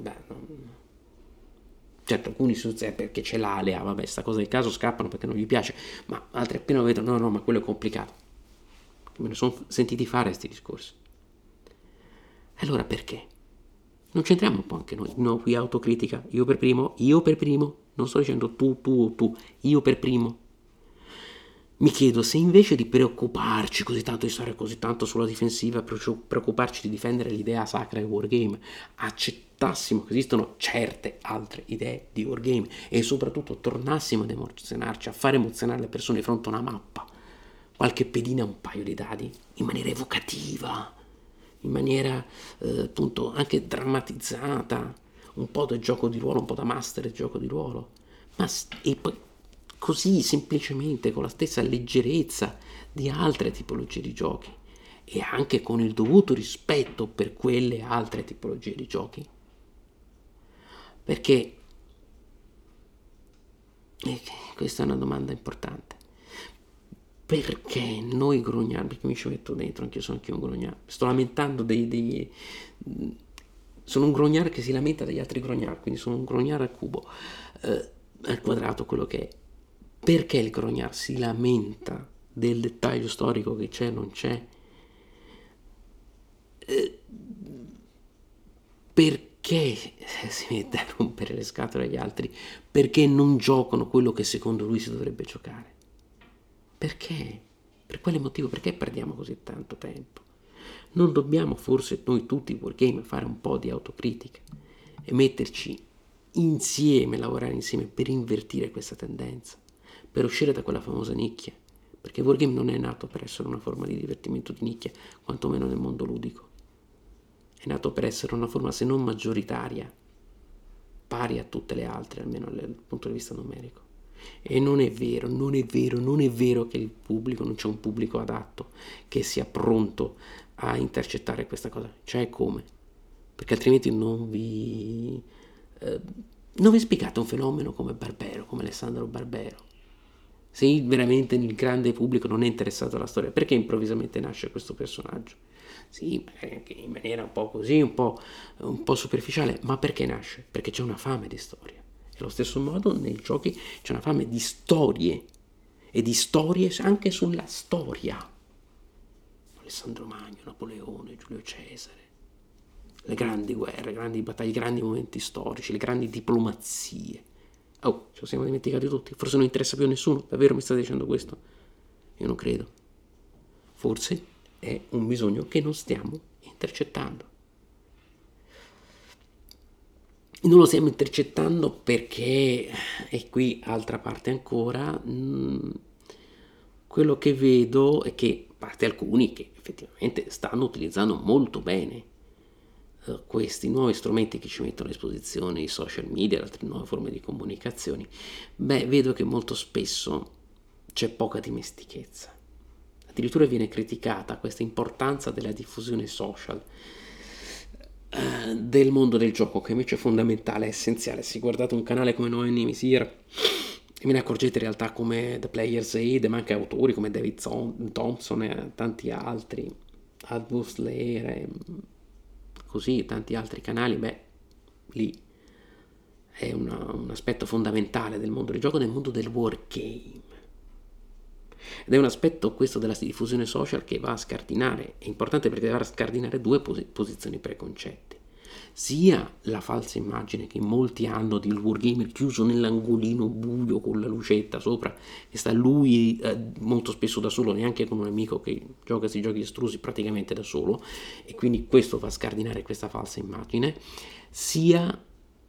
certo alcuni perché c'è l'alea, vabbè, sta cosa del caso, scappano perché non gli piace, ma altri appena vedono no, ma quello è complicato. Me ne sono sentiti fare questi discorsi. Allora perché? Non c'entriamo un po' anche noi? No, qui autocritica, io per primo, non sto dicendo tu o tu, io per primo. Mi chiedo se invece di preoccuparci così tanto, di stare così tanto sulla difensiva, preoccuparci di difendere l'idea sacra del wargame, accettassimo che esistono certe altre idee di wargame e soprattutto tornassimo ad emozionarci, a fare emozionare le persone di fronte a una mappa, qualche pedina, un paio di dadi, in maniera evocativa, in maniera appunto anche drammatizzata, un po' del gioco di ruolo, un po' da master del gioco di ruolo, e poi così semplicemente con la stessa leggerezza di altre tipologie di giochi e anche con il dovuto rispetto per quelle altre tipologie di giochi. Perché questa è una domanda importante. Perché noi grognardi? Perché mi ci metto dentro, anche io sono anche un grognare. Sto lamentando sono un grognare che si lamenta degli altri grognari, quindi sono un grognare al cubo, al quadrato, quello che è. Perché il grognar si lamenta del dettaglio storico che c'è o non c'è? Perché si mette a rompere le scatole agli altri? Perché non giocano quello che secondo lui si dovrebbe giocare? Perché? Per quale motivo? Perché perdiamo così tanto tempo? Non dobbiamo forse noi tutti wargame fare un po' di autocritica e metterci insieme, lavorare insieme per invertire questa tendenza, per uscire da quella famosa nicchia? Perché il wargame non è nato per essere una forma di divertimento di nicchia, quantomeno nel mondo ludico. È nato per essere una forma, se non maggioritaria, pari a tutte le altre, almeno dal punto di vista numerico. E non è vero che il pubblico, non c'è un pubblico adatto che sia pronto a intercettare questa cosa. Cioè come? Perché altrimenti non vi spiegate un fenomeno come Barbero, come Alessandro Barbero. Se veramente il grande pubblico non è interessato alla storia, perché improvvisamente nasce questo personaggio? Sì, in maniera un po' così, un po' superficiale, ma perché nasce? Perché c'è una fame di storia. E allo stesso modo nei giochi c'è una fame di storie, e di storie anche sulla storia. Alessandro Magno, Napoleone, Giulio Cesare, le grandi guerre, le grandi battaglie, i grandi momenti storici, le grandi diplomazie. Oh, ce lo siamo dimenticati tutti? Forse non interessa più a nessuno? Davvero mi state dicendo questo? Io non credo. Forse è un bisogno che non stiamo intercettando. Non lo stiamo intercettando perché, e qui altra parte ancora, quello che vedo è che, a parte alcuni che effettivamente stanno utilizzando molto bene questi nuovi strumenti che ci mettono a disposizione, i social media, le altre nuove forme di comunicazione, vedo che molto spesso c'è poca dimestichezza. Addirittura viene criticata questa importanza della diffusione social del mondo del gioco, che invece è fondamentale, è essenziale. Se guardate un canale come No Enemy Here e ve ne accorgete in realtà come The Player's Aid, ma anche autori come David Thompson e tanti altri, Albus Slayer, così tanti altri canali, lì è un aspetto fondamentale del mondo del gioco, del mondo del wargame. Ed è un aspetto questo della diffusione social che va a scardinare, è importante perché va a scardinare due posizioni preconcetti. sia la falsa immagine che molti hanno del wargamer chiuso nell'angolino buio con la lucetta sopra, che sta lui molto spesso da solo, neanche con un amico, che gioca questi giochi estrusi praticamente da solo, e quindi questo fa scardinare questa falsa immagine, sia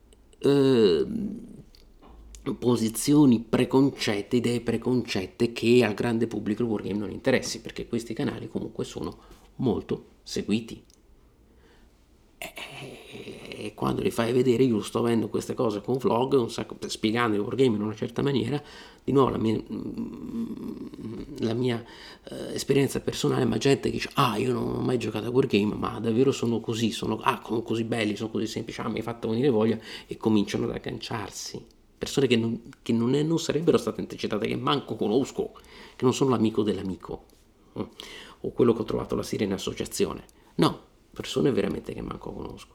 posizioni preconcette, idee preconcette che al grande pubblico il wargame non interessi, perché questi canali comunque sono molto seguiti. E quando li fai vedere, io sto avendo queste cose con vlog, un sacco, spiegando il wargame in una certa maniera, di nuovo la mia esperienza personale, ma gente che dice io non ho mai giocato a wargame, ma davvero sono così, sono così belli, sono così semplici, mi hai fatto venire voglia, e cominciano ad agganciarsi. Persone che non sarebbero state intercettate, che manco conosco, che non sono l'amico dell'amico, o quello che ho trovato la sera in associazione. No, persone veramente che manco conosco.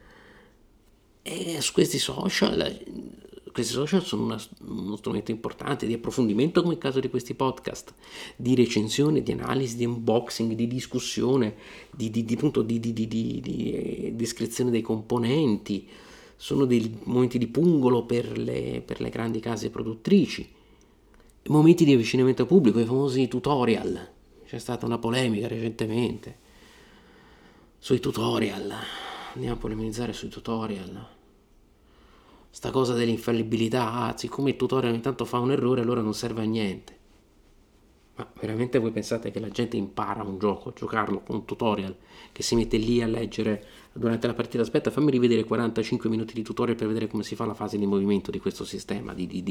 E su questi social sono uno strumento importante di approfondimento, come il caso di questi podcast, di recensione, di analisi, di unboxing, di discussione, di descrizione dei componenti. Sono dei momenti di pungolo per le grandi case produttrici, momenti di avvicinamento pubblico, i famosi tutorial. C'è stata una polemica recentemente sui tutorial, andiamo a polemizzare sui tutorial. Sta cosa dell'infallibilità, siccome il tutorial ogni tanto fa un errore, allora non serve a niente. Ma veramente voi pensate che la gente impara un gioco, a giocarlo con un tutorial, che si mette lì a leggere durante la partita? Aspetta, fammi rivedere 45 minuti di tutorial per vedere come si fa la fase di movimento di questo sistema,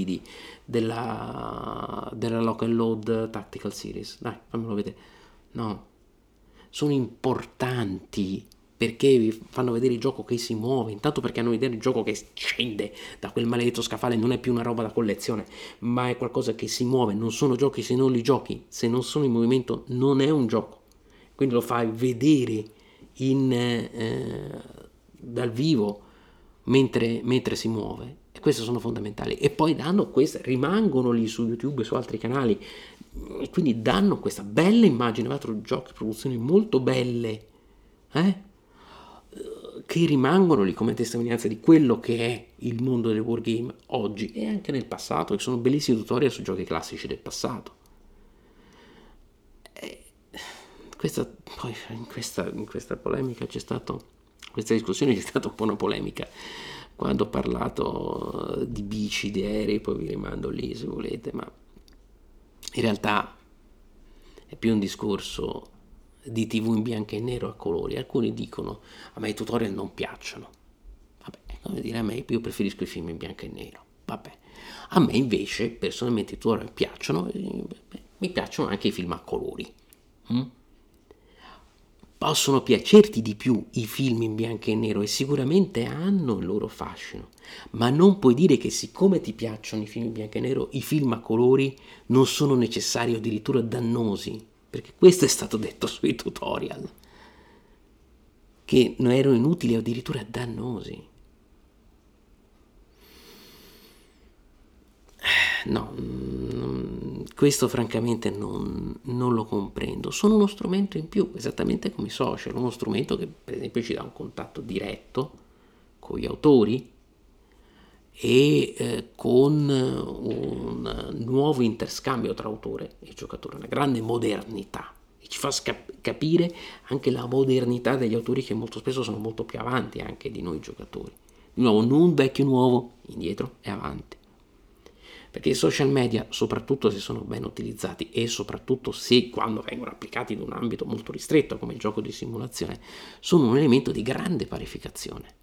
della Lock and Load Tactical Series. Dai, fammelo vedere. No, sono importanti, perché vi fanno vedere il gioco che si muove, intanto perché hanno vedere il gioco che scende da quel maledetto scaffale, non è più una roba da collezione, ma è qualcosa che si muove. Non sono giochi se non li giochi, se non sono in movimento non è un gioco, quindi lo fai vedere dal vivo mentre si muove, e queste sono fondamentali. E poi rimangono lì su YouTube e su altri canali, e quindi danno questa bella immagine, altro giochi, produzioni molto belle, che rimangono lì come testimonianza di quello che è il mondo del wargame oggi e anche nel passato, che sono bellissimi tutorial su giochi classici del passato. Poi in questa polemica questa discussione c'è stata un po' una polemica quando ho parlato di bici, di aerei, poi vi rimando lì se volete, ma in realtà è più un discorso di TV in bianco e nero a colori. Alcuni dicono a me i tutorial non piacciono, vabbè, come dire, io preferisco i film in bianco e nero, vabbè, a me invece personalmente i tutorial piacciono, mi piacciono anche i film a colori. Possono piacerti di più i film in bianco e nero, e sicuramente hanno il loro fascino, ma non puoi dire che siccome ti piacciono i film in bianco e nero, i film a colori non sono necessari o addirittura dannosi, perché questo è stato detto sui tutorial, che non erano inutili o addirittura dannosi. No, questo francamente non lo comprendo. Sono uno strumento in più, esattamente come i social, uno strumento che per esempio ci dà un contatto diretto con gli autori e con un nuovo interscambio tra autore e giocatore, una grande modernità, e ci fa capire anche la modernità degli autori, che molto spesso sono molto più avanti anche di noi giocatori. Di nuovo, non vecchio nuovo, indietro e avanti. Perché i social media, soprattutto se sono ben utilizzati e soprattutto se quando vengono applicati in un ambito molto ristretto come il gioco di simulazione, sono un elemento di grande parificazione,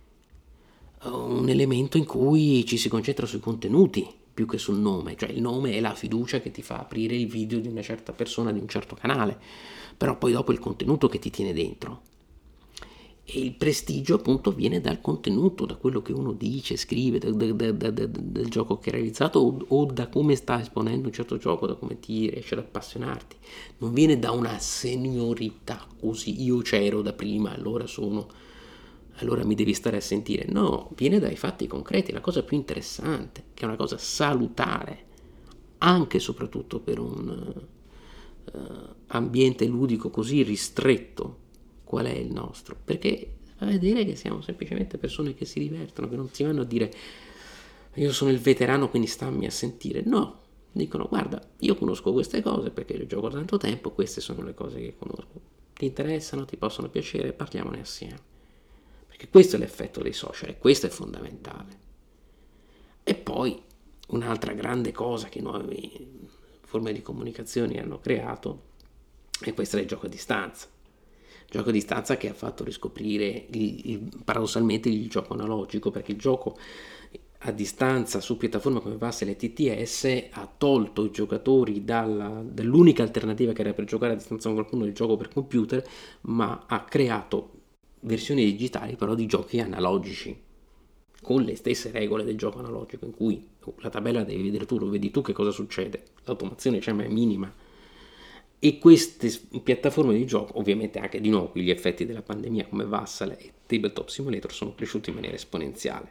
un elemento in cui ci si concentra sui contenuti più che sul nome, cioè il nome è la fiducia che ti fa aprire il video di una certa persona, di un certo canale, però poi dopo il contenuto che ti tiene dentro. E il prestigio appunto viene dal contenuto, da quello che uno dice, scrive, del gioco che ha realizzato, o da come sta esponendo un certo gioco, da come ti riesce ad appassionarti. Non viene da una seniorità così, io c'ero da prima, allora mi devi stare a sentire. No, viene dai fatti concreti, la cosa più interessante, che è una cosa salutare, anche e soprattutto per un ambiente ludico così ristretto qual è il nostro, perché a vedere che siamo semplicemente persone che si divertono, che non si vanno a dire io sono il veterano quindi stammi a sentire, no, dicono guarda io conosco queste cose perché le gioco da tanto tempo, queste sono le cose che conosco, ti interessano, ti possono piacere, parliamone assieme, perché questo è l'effetto dei social e questo è fondamentale. E poi un'altra grande cosa che nuove forme di comunicazione hanno creato è questa del gioco a distanza. Gioco a distanza che ha fatto riscoprire paradossalmente il gioco analogico, perché il gioco a distanza su piattaforme come Vassal e TTS ha tolto i giocatori dall'unica alternativa che era per giocare a distanza con qualcuno, il gioco per computer, ma ha creato versioni digitali però di giochi analogici con le stesse regole del gioco analogico, in cui la tabella devi vedere tu, lo vedi tu che cosa succede, l'automazione c'è ma è minima. E queste piattaforme di gioco, ovviamente anche di nuovo qui gli effetti della pandemia come Vassal e Tabletop Simulator, sono cresciuti in maniera esponenziale.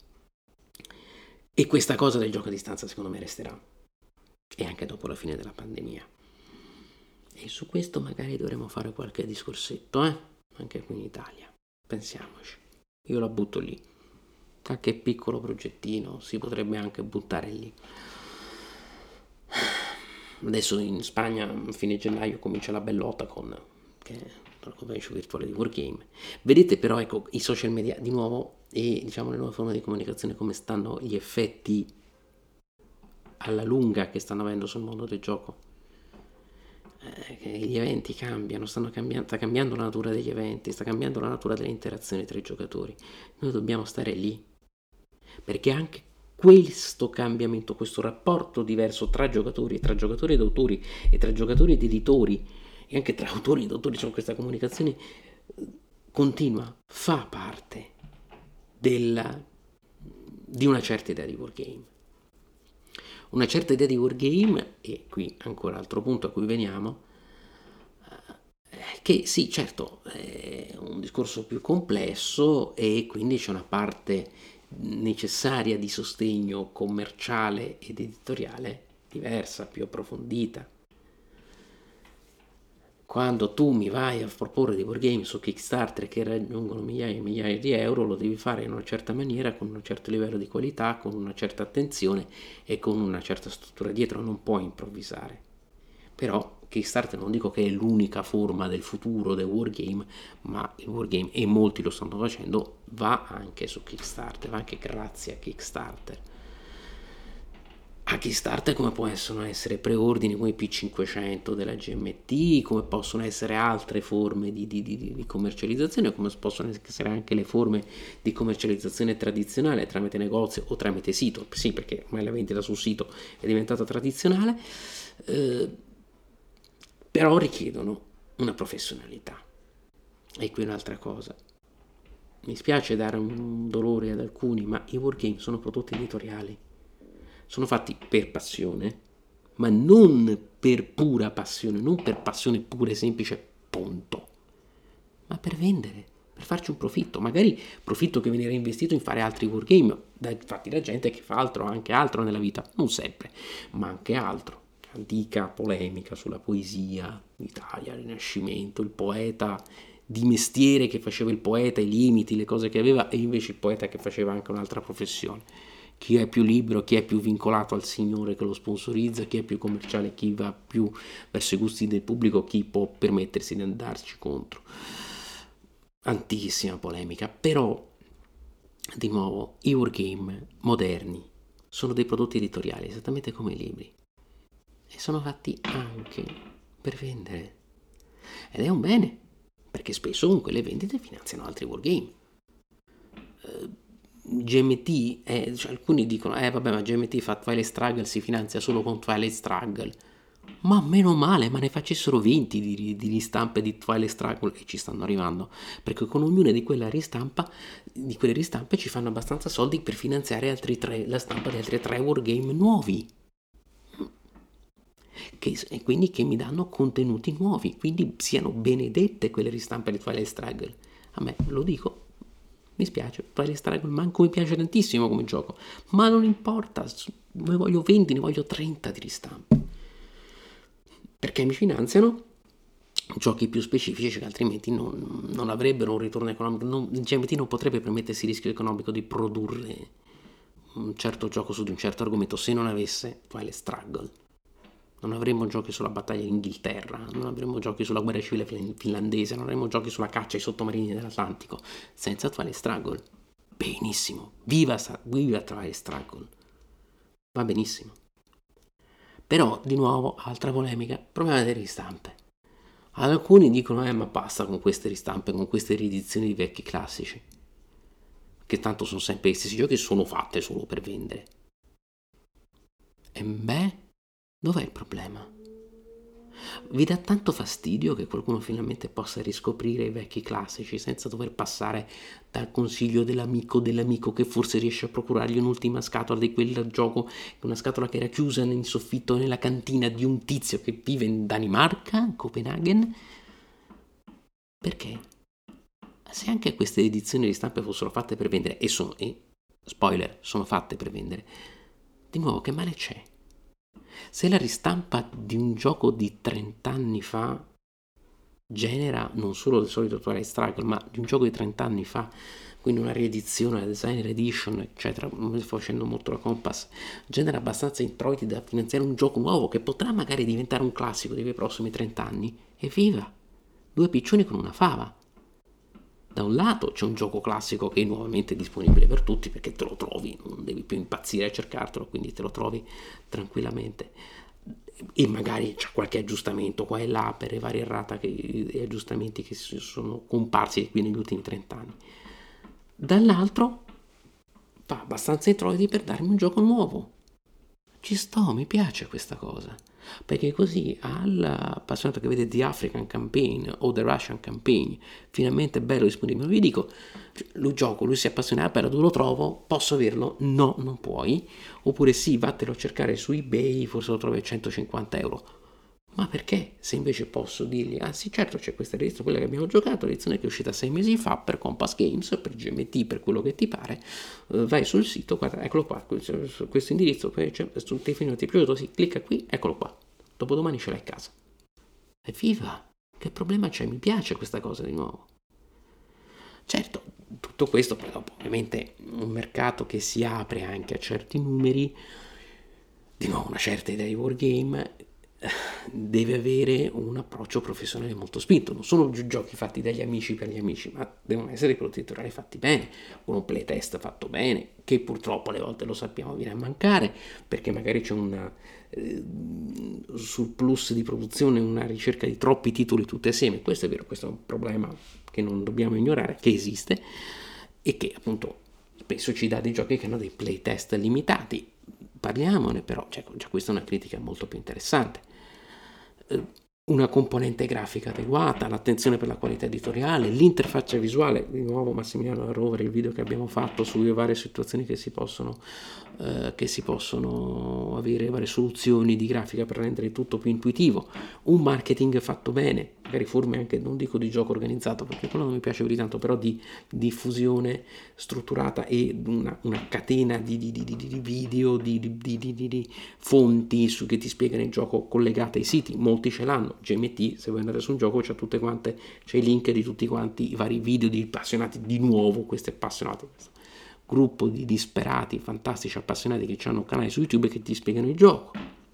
E questa cosa del gioco a distanza secondo me resterà, e anche dopo la fine della pandemia. E su questo magari dovremo fare qualche discorsetto, anche qui in Italia. Pensiamoci. Io la butto lì. Qualche piccolo progettino si potrebbe anche buttare lì. Adesso in Spagna a fine gennaio comincia la Bellota che è la convention virtuale di Wargame. Vedete però ecco i social media di nuovo e diciamo le nuove forme di comunicazione come stanno gli effetti alla lunga che stanno avendo sul mondo del gioco. Che gli eventi cambiano, sta cambiando la natura degli eventi, sta cambiando la natura delle interazioni tra i giocatori. Noi dobbiamo stare lì, perché anche questo cambiamento, questo rapporto diverso tra giocatori ed autori e tra giocatori ed editori e anche tra autori ed autori, cioè questa comunicazione continua, fa parte di una certa idea di wargame. Una certa idea di wargame, e qui ancora altro punto a cui veniamo, che sì, certo, è un discorso più complesso e quindi c'è una parte necessaria di sostegno commerciale ed editoriale diversa, più approfondita. Quando tu mi vai a proporre dei wargame su Kickstarter che raggiungono migliaia e migliaia di euro, lo devi fare in una certa maniera, con un certo livello di qualità, con una certa attenzione e con una certa struttura dietro, non puoi improvvisare. Però Kickstarter non dico che è l'unica forma del futuro del wargame, ma il wargame, e molti lo stanno facendo, va anche su Kickstarter, va anche grazie a Kickstarter. A Kickstarter come possono essere preordini come i P500 della GMT, come possono essere altre forme di commercializzazione, come possono essere anche le forme di commercializzazione tradizionale tramite negozio o tramite sito, sì perché ormai la vendita sul sito è diventata tradizionale, però richiedono una professionalità. E qui un'altra cosa, mi spiace dare un dolore ad alcuni, ma i wargame sono prodotti editoriali, sono fatti per passione, ma non per pura passione, non per passione pura e semplice, punto, ma per vendere, per farci un profitto, magari profitto che viene reinvestito in fare altri wargame, fatti da gente che fa altro, anche altro nella vita, non sempre, ma anche altro. Antica polemica sulla poesia, l'Italia, il Rinascimento, il poeta di mestiere che faceva il poeta, i limiti, le cose che aveva, e invece il poeta che faceva anche un'altra professione. Chi è più libero, chi è più vincolato al signore che lo sponsorizza, chi è più commerciale, chi va più verso i gusti del pubblico, chi può permettersi di andarci contro. Antichissima polemica, però di nuovo i wargame moderni sono dei prodotti editoriali esattamente come i libri e sono fatti anche per vendere, ed è un bene perché spesso con quelle vendite finanziano altri wargame. GMT, cioè alcuni dicono vabbè, ma GMT fa Twilight Struggle, si finanzia solo con Twilight Struggle, ma meno male, ma ne facessero 20 di ristampe di Twilight Struggle, e ci stanno arrivando, perché con ognuna di quelle ristampe ci fanno abbastanza soldi per finanziare la stampa di altri 3 wargame nuovi, e quindi che mi danno contenuti nuovi, quindi siano benedette quelle ristampe di Twilight Struggle. A me, lo dico, mi spiace, Twilight Struggle manco mi piace tantissimo come gioco, ma non importa, ne voglio 20, ne voglio 30 di ristampe, perché mi finanziano giochi più specifici che altrimenti non avrebbero un ritorno economico. GMT non potrebbe permettersi il rischio economico di produrre un certo gioco su di un certo argomento se non avesse Twilight Struggle. Non avremmo giochi sulla battaglia d'Inghilterra, non avremmo giochi sulla guerra civile finlandese, non avremmo giochi sulla caccia ai sottomarini dell'Atlantico senza Twilight Struggle. Benissimo, viva Twilight Struggle, va benissimo. Però, di nuovo, altra polemica, problema delle ristampe. Alcuni dicono, ma basta con queste ristampe, con queste riedizioni di vecchi classici, che tanto sono sempre gli stessi giochi, sono fatte solo per vendere. E beh, dov'è il problema? Vi dà tanto fastidio che qualcuno finalmente possa riscoprire i vecchi classici senza dover passare dal consiglio dell'amico che forse riesce a procurargli un'ultima scatola di quel gioco, una scatola che era chiusa nel soffitto nella cantina di un tizio che vive in Danimarca, Copenaghen? Perché? Se anche queste edizioni di stampe fossero fatte per vendere, e spoiler, sono fatte per vendere, di nuovo che male c'è? Se la ristampa di un gioco di 30 anni fa genera non solo il solito Twilight Struggle, ma di un gioco di 30 anni fa, quindi una riedizione, una designer edition, eccetera, come sta facendo molto la Compass, genera abbastanza introiti da finanziare un gioco nuovo che potrà magari diventare un classico dei prossimi 30 anni, evviva! Due piccioni con una fava. Da un lato c'è un gioco classico che è nuovamente disponibile per tutti perché te lo trovi, non devi più impazzire a cercartelo, quindi te lo trovi tranquillamente e magari c'è qualche aggiustamento qua e là per le varie e aggiustamenti che sono comparsi qui negli ultimi 30 anni. Dall'altro fa abbastanza introiti per darmi un gioco nuovo. Ci sto, mi piace questa cosa, perché così all'appassionato che vede The African Campaign o The Russian Campaign, finalmente bello disponibile, vi dico, lo gioco, lui si appassiona, bello, dove lo trovo? Posso averlo? No, non puoi. Oppure sì, vattelo a cercare su eBay, forse lo trovi a 150 euro. Ma perché? Se invece posso dirgli, ah sì certo c'è questa edizione, quella che abbiamo giocato, l'edizione che è uscita 6 mesi fa per Compass Games, per GMT, per quello che ti pare, vai sul sito, guarda, eccolo qua, questo indirizzo, poi c'è sul telefonino ti è piaciuto, sì, clicca qui, eccolo qua, dopodomani ce l'hai a casa. Evviva! Che problema c'è? Mi piace questa cosa di nuovo. Certo, tutto questo poi dopo ovviamente un mercato che si apre anche a certi numeri, di nuovo una certa idea di wargame deve avere un approccio professionale molto spinto. Non sono giochi fatti dagli amici per gli amici, ma devono essere prodotti editoriali fatti bene, con un playtest fatto bene, che purtroppo alle volte lo sappiamo viene a mancare, perché magari c'è un surplus di produzione, una ricerca di troppi titoli tutti assieme. Questo è vero, questo è un problema che non dobbiamo ignorare, che esiste e che appunto spesso ci dà dei giochi che hanno dei playtest limitati. Parliamone però, già questa è una critica molto più interessante. Una componente grafica adeguata, l'attenzione per la qualità editoriale, l'interfaccia visuale, di nuovo Massimiliano Rover, il video che abbiamo fatto sulle varie situazioni che si possono avere, varie soluzioni di grafica per rendere tutto più intuitivo, un marketing fatto bene, magari forme anche, non dico di gioco organizzato perché quello non mi piace così tanto, però di diffusione strutturata e una catena di video, di fonti che ti spiegano il gioco collegate ai siti, molti ce l'hanno. GMT, se vuoi andare su un gioco c'è tutte quante, c'è i link di tutti quanti i vari video di appassionati, di nuovo questi appassionati, questo gruppo di disperati fantastici appassionati che hanno un canale su YouTube che ti spiegano il gioco.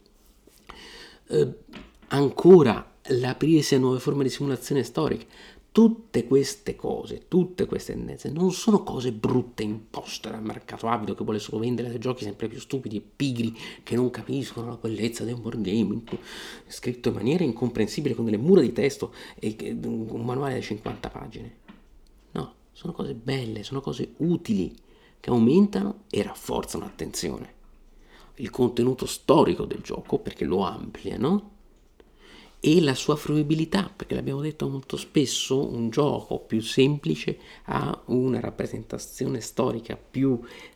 Ancora l'aprirsi a nuove forme di simulazione storica. Tutte queste cose, tutte queste tendenze non sono cose brutte imposte dal mercato avido che vuole solo vendere dei giochi sempre più stupidi e pigri che non capiscono la bellezza di un board game scritto in maniera incomprensibile con delle mura di testo e un manuale da 50 pagine. No, sono cose belle, sono cose utili che aumentano e rafforzano l'attenzione. Il contenuto storico del gioco perché lo ampliano e la sua fruibilità, perché l'abbiamo detto molto spesso, un gioco più semplice ha una rappresentazione storica più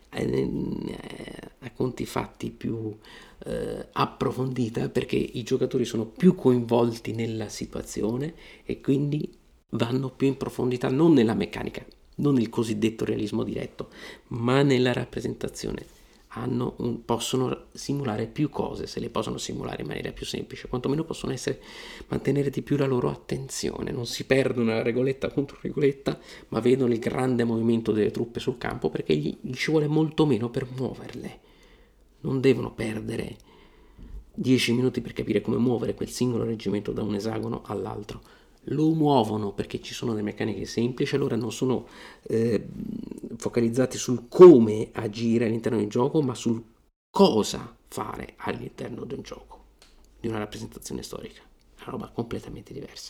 a conti fatti più approfondita perché i giocatori sono più coinvolti nella situazione e quindi vanno più in profondità non nella meccanica, non nel cosiddetto realismo diretto, ma nella rappresentazione possono simulare più cose, se le possono simulare in maniera più semplice, quantomeno possono mantenere di più la loro attenzione, non si perdono la regoletta contro regoletta, ma vedono il grande movimento delle truppe sul campo perché gli ci vuole molto meno per muoverle. Non devono perdere 10 minuti per capire come muovere quel singolo reggimento da un esagono all'altro. Lo muovono perché ci sono delle meccaniche semplici, allora non sono focalizzati sul come agire all'interno del gioco, ma sul cosa fare all'interno di un gioco, di una rappresentazione storica. È una roba completamente diversa.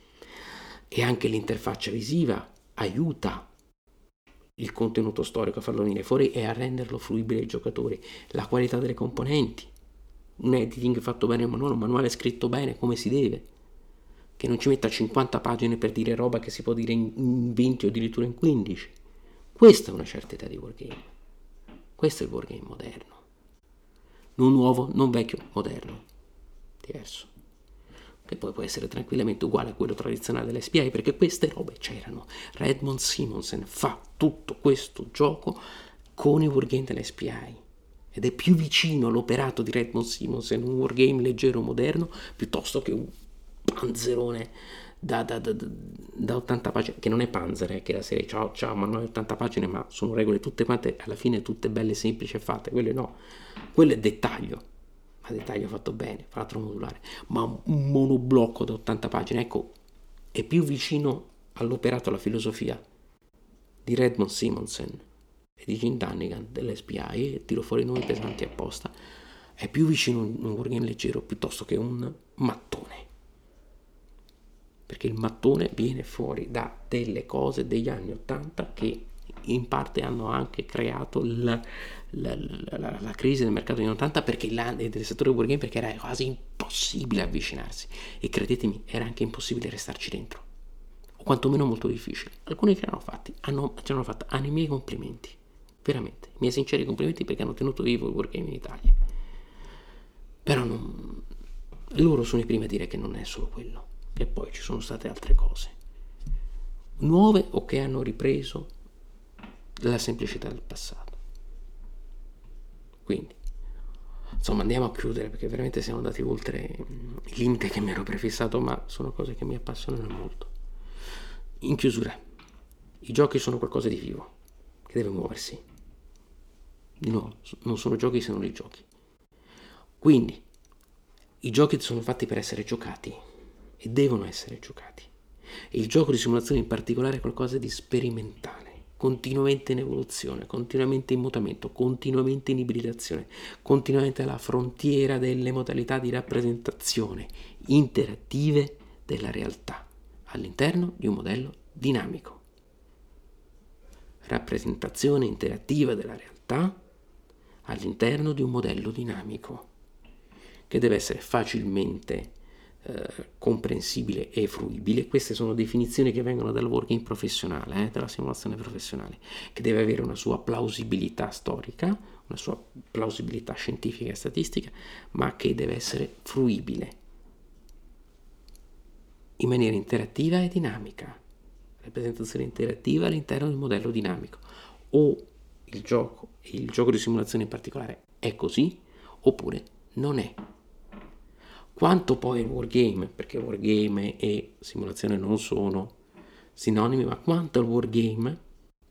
E anche l'interfaccia visiva aiuta il contenuto storico a farlo venire fuori e a renderlo fruibile ai giocatori. La qualità delle componenti, un editing fatto bene, un manuale scritto bene come si deve, che non ci metta 50 pagine per dire roba che si può dire in 20 o addirittura in 15. Questa è una certa età di wargame. Questo è il wargame moderno. Non nuovo, non vecchio, moderno. Diverso. Che poi può essere tranquillamente uguale a quello tradizionale dell'SPI, perché queste robe c'erano. Redmond Simonsen fa tutto questo gioco con i wargame dell'SPI. Ed è più vicino all'operato di Redmond Simonsen, un wargame leggero moderno, piuttosto che un panzerone da 80 pagine, che non è Panzer, che è la serie ciao manuale 80 pagine, ma sono regole tutte quante alla fine tutte belle semplici e fatte. Quelle no, quello è dettaglio, ma dettaglio fatto bene, fra l'altro modulare, ma un monoblocco da 80 pagine, ecco, è più vicino all'operato, alla filosofia di Redmond Simonsen e di Jim Dunnigan dell'SPI, e tiro fuori nomi pesanti apposta, è più vicino un wargame leggero piuttosto che un mattone, perché il mattone viene fuori da delle cose degli anni 80 che in parte hanno anche creato la crisi del mercato degli anni 80 perché del settore wargame, perché era quasi impossibile avvicinarsi, e credetemi era anche impossibile restarci dentro, o quantomeno molto difficile. Alcuni che ce l'hanno fatta, hanno i miei complimenti, veramente, i miei sinceri complimenti, perché hanno tenuto vivo il wargame in Italia. Però loro sono i primi a dire che non è solo quello, che poi ci sono state altre cose nuove o che hanno ripreso la semplicità del passato. Quindi insomma andiamo a chiudere, perché veramente siamo andati oltre il limite che mi ero prefissato, ma sono cose che mi appassionano molto. In chiusura, i giochi sono qualcosa di vivo che deve muoversi. Di nuovo, non sono giochi se non li giochi. Quindi i giochi sono fatti per essere giocati e devono essere giocati. E il gioco di simulazione in particolare è qualcosa di sperimentale, continuamente in evoluzione, continuamente in mutamento, continuamente in ibridazione, continuamente alla frontiera delle modalità di rappresentazione interattive della realtà all'interno di un modello dinamico. Rappresentazione interattiva della realtà all'interno di un modello dinamico che deve essere facilmente comprensibile e fruibile. Queste sono definizioni che vengono dal wargame professionale, dalla simulazione professionale, che deve avere una sua plausibilità storica, una sua plausibilità scientifica e statistica, ma che deve essere fruibile in maniera interattiva e dinamica. Rappresentazione interattiva all'interno del modello dinamico. O il gioco, e il gioco di simulazione in particolare, è così, oppure non è. Quanto poi il wargame, perché wargame e simulazione non sono sinonimi, ma quanto il wargame,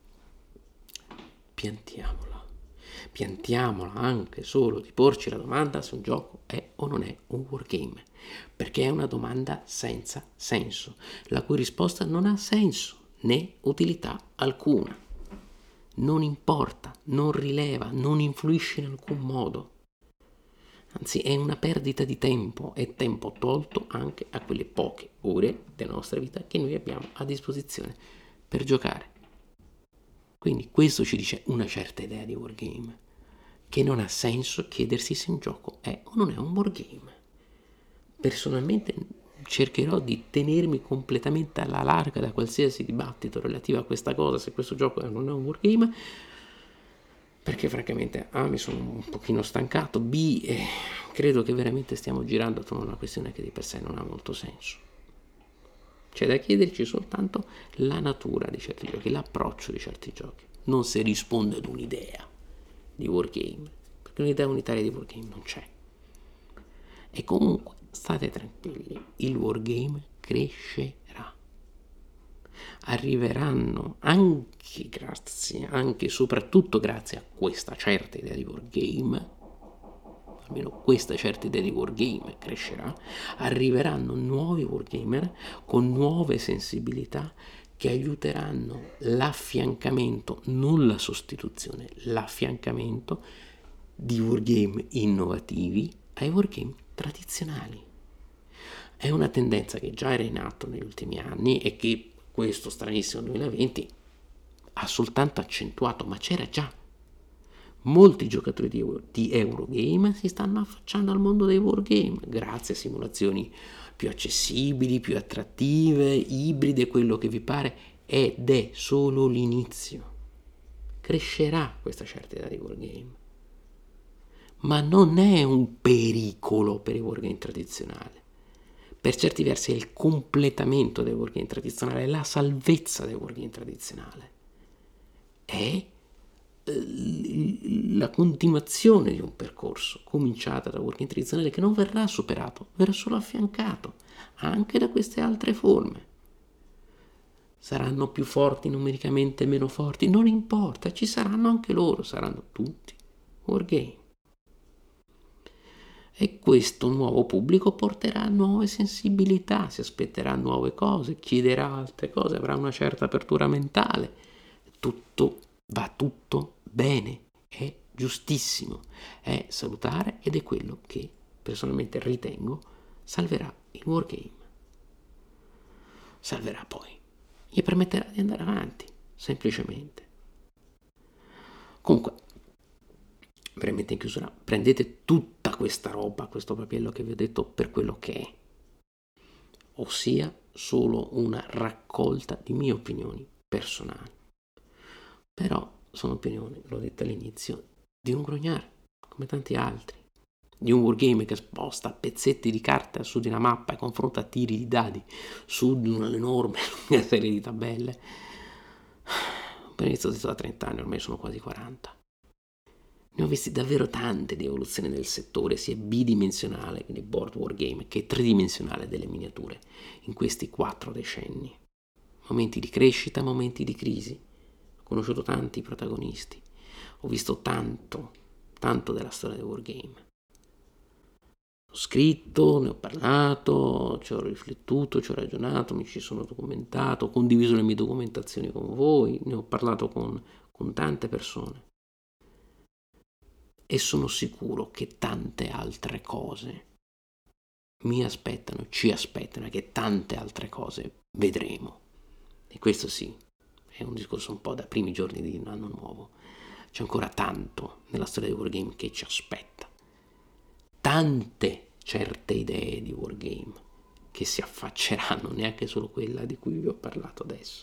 piantiamola anche solo di porci la domanda se un gioco è o non è un wargame, perché è una domanda senza senso, la cui risposta non ha senso né utilità alcuna, non importa, non rileva, non influisce in alcun modo. Anzi, è una perdita di tempo, è tempo tolto anche a quelle poche ore della nostra vita che noi abbiamo a disposizione per giocare. Quindi questo ci dice una certa idea di wargame, che non ha senso chiedersi se un gioco è o non è un wargame. Personalmente cercherò di tenermi completamente alla larga da qualsiasi dibattito relativo a questa cosa, se questo gioco è o non è un wargame, perché francamente A, mi sono un pochino stancato, B, credo che veramente stiamo girando attorno a una questione che di per sé non ha molto senso. C'è da chiederci soltanto la natura di certi giochi, l'approccio di certi giochi, non se risponde ad un'idea di wargame. perché un'idea unitaria di wargame non c'è. E comunque state tranquilli, il wargame crescerà. Arriveranno anche e soprattutto grazie a questa certa idea di wargame, almeno questa certa idea di wargame crescerà, arriveranno nuovi wargamer con nuove sensibilità che aiuteranno l'affiancamento, non la sostituzione, l'affiancamento di wargame innovativi ai wargame tradizionali. È una tendenza che già era in atto negli ultimi anni e che questo stranissimo 2020 ha soltanto accentuato, ma c'era già. Molti giocatori di Eurogame si stanno affacciando al mondo dei wargame grazie a simulazioni più accessibili, più attrattive, ibride, quello che vi pare, ed è solo l'inizio. Crescerà questa certa idea di wargame, ma non è un pericolo per i wargame tradizionali. Per certi versi è il completamento del wargame tradizionale, è la salvezza del wargame tradizionale. È la continuazione di un percorso cominciata da wargame tradizionale che non verrà superato, verrà solo affiancato anche da queste altre forme. Saranno più forti numericamente, meno forti, non importa, ci saranno anche loro, saranno tutti wargame. E questo nuovo pubblico porterà nuove sensibilità, si aspetterà nuove cose, chiederà altre cose, avrà una certa apertura mentale. Va tutto bene, è giustissimo, è salutare ed è quello che personalmente ritengo salverà il wargame. Salverà poi, gli permetterà di andare avanti, semplicemente. Comunque, veramente in chiusura, prendete tutta questa roba, questo papiello che vi ho detto per quello che è, ossia solo una raccolta di mie opinioni personali. Però sono opinioni, l'ho detto all'inizio, di un grognare, come tanti altri, di un wargame che sposta pezzetti di carta su di una mappa e confronta tiri di dadi su di un'enorme lunga serie di tabelle. Ho iniziato da 30 anni, ormai sono quasi 40. Ne ho visti davvero tante di evoluzioni nel settore, sia bidimensionale, quindi board wargame, che tridimensionale delle miniature, in questi 4 decenni. Momenti di crescita, momenti di crisi. Ho conosciuto tanti protagonisti, ho visto tanto della storia del wargame. Ho scritto, ne ho parlato, ci ho riflettuto, ci ho ragionato, mi ci sono documentato, ho condiviso le mie documentazioni con voi, ne ho parlato con tante persone. E sono sicuro che tante altre cose mi aspettano, ci aspettano, e che tante altre cose vedremo. E questo sì, è un discorso un po' da primi giorni di un anno nuovo. C'è ancora tanto nella storia del wargame che ci aspetta. Tante certe idee di wargame che si affacceranno, neanche solo quella di cui vi ho parlato adesso,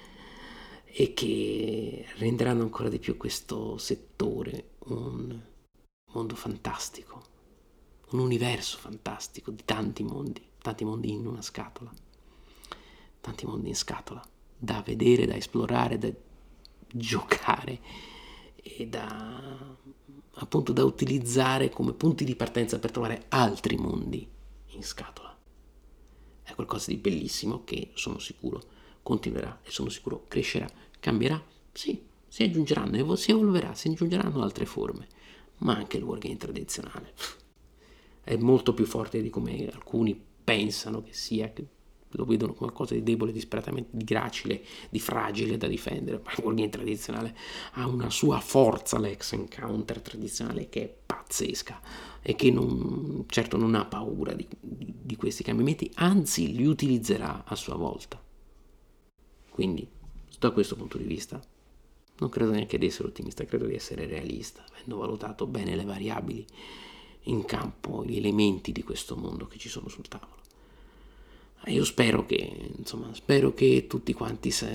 e che renderanno ancora di più questo settore un mondo fantastico, un universo fantastico di tanti mondi in una scatola, tanti mondi in scatola, da vedere, da esplorare, da giocare e da utilizzare come punti di partenza per trovare altri mondi in scatola. È qualcosa di bellissimo che sono sicuro continuerà e sono sicuro crescerà, cambierà, sì, si aggiungeranno, si evolverà, si aggiungeranno altre forme, ma anche il wargame tradizionale è molto più forte di come alcuni pensano che sia, che lo vedono come qualcosa di debole, disperatamente di gracile, di fragile da difendere, ma il wargame tradizionale ha una sua forza, l'ex encounter tradizionale, che è pazzesca e che certo non ha paura di questi cambiamenti, anzi li utilizzerà a sua volta. Quindi, da questo punto di vista, non credo neanche di essere ottimista, credo di essere realista, avendo valutato bene le variabili in campo, gli elementi di questo mondo che ci sono sul tavolo. Io spero che tutti quanti si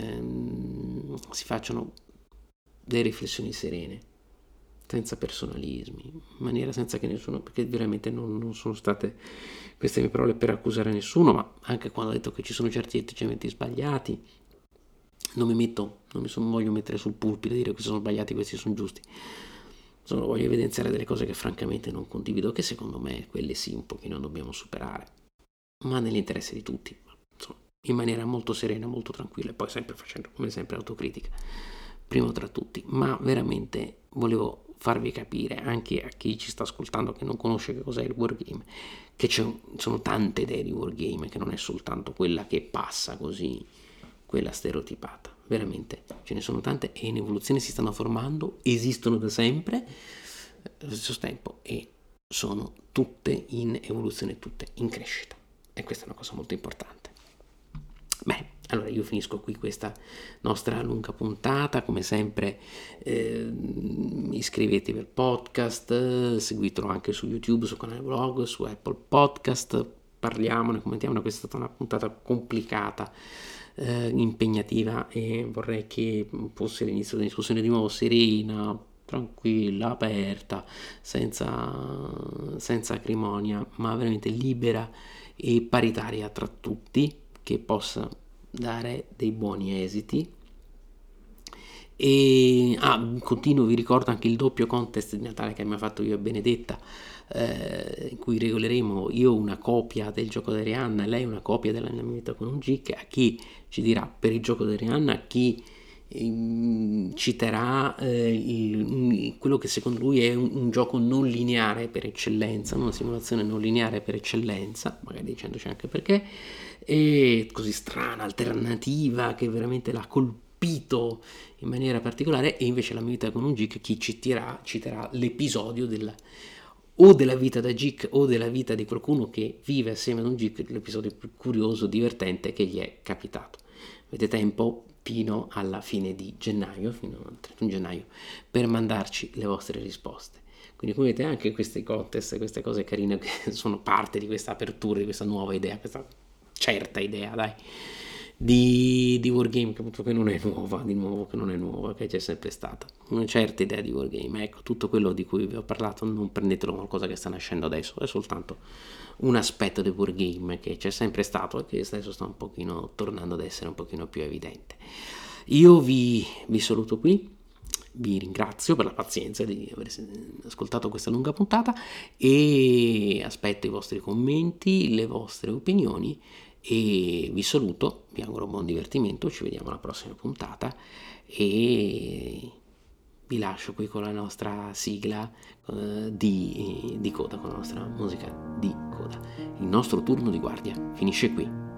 facciano delle riflessioni serene, senza personalismi, in maniera senza che nessuno, perché veramente non sono state queste mie parole per accusare nessuno, ma anche quando ho detto che ci sono certi atteggiamenti sbagliati, non voglio mettere sul pulpito e dire questi sono sbagliati, questi sono giusti. voglio evidenziare delle cose che francamente non condivido, che secondo me quelle sì un pochino dobbiamo superare, ma nell'interesse di tutti, insomma, in maniera molto serena, molto tranquilla, e poi sempre facendo come sempre autocritica, primo tra tutti. Ma veramente volevo farvi capire anche a chi ci sta ascoltando che non conosce che cos'è il wargame, che sono tante idee di wargame, che non è soltanto quella che passa così, quella stereotipata. Veramente ce ne sono tante e in evoluzione si stanno formando, esistono da sempre allo stesso tempo e sono tutte in evoluzione, tutte in crescita, e questa è una cosa molto importante. Bene, allora io finisco qui questa nostra lunga puntata, come sempre iscrivetevi al podcast, seguitelo anche su YouTube, sul canale blog, su Apple Podcast, parliamone, commentiamone. Questa è stata una puntata complicata, impegnativa, e vorrei che fosse l'inizio di una discussione di nuovo serena, tranquilla, aperta, senza acrimonia, ma veramente libera e paritaria tra tutti, che possa dare dei buoni esiti. E continuo, vi ricordo anche il doppio contest di Natale che abbiamo fatto io e Benedetta, in cui regoleremo io una copia del gioco di Rihanna e lei una copia della mia vita con un Gic. A chi ci dirà per il gioco di Rihanna, a chi citerà quello che secondo lui è un gioco non lineare per eccellenza, una simulazione non lineare per eccellenza, magari dicendoci anche perché, e così strana, alternativa, che veramente l'ha colpito in maniera particolare. E invece la mia vita con un geek, chi citerà l'episodio o della vita da geek o della vita di qualcuno che vive assieme ad un geek, l'episodio più curioso, divertente che gli è capitato. Avete tempo fino alla fine di gennaio, fino al 31 gennaio, per mandarci le vostre risposte. Quindi come vedete anche questi contest, queste cose carine che sono parte di questa apertura, di questa nuova idea, questa certa idea, dai, di wargame, che purtroppo non è nuova, di nuovo che non è nuova, che c'è sempre stata. Una certa idea di wargame, ecco, tutto quello di cui vi ho parlato non prendetelo come qualcosa che sta nascendo adesso, è soltanto un aspetto del wargame che c'è sempre stato e che adesso sta un pochino tornando ad essere un pochino più evidente. Io vi saluto qui, vi ringrazio per la pazienza di aver ascoltato questa lunga puntata e aspetto i vostri commenti, le vostre opinioni, e vi saluto, vi auguro buon divertimento, ci vediamo alla prossima puntata e vi lascio qui con la nostra sigla di coda, con la nostra musica di coda. Il nostro turno di guardia finisce qui.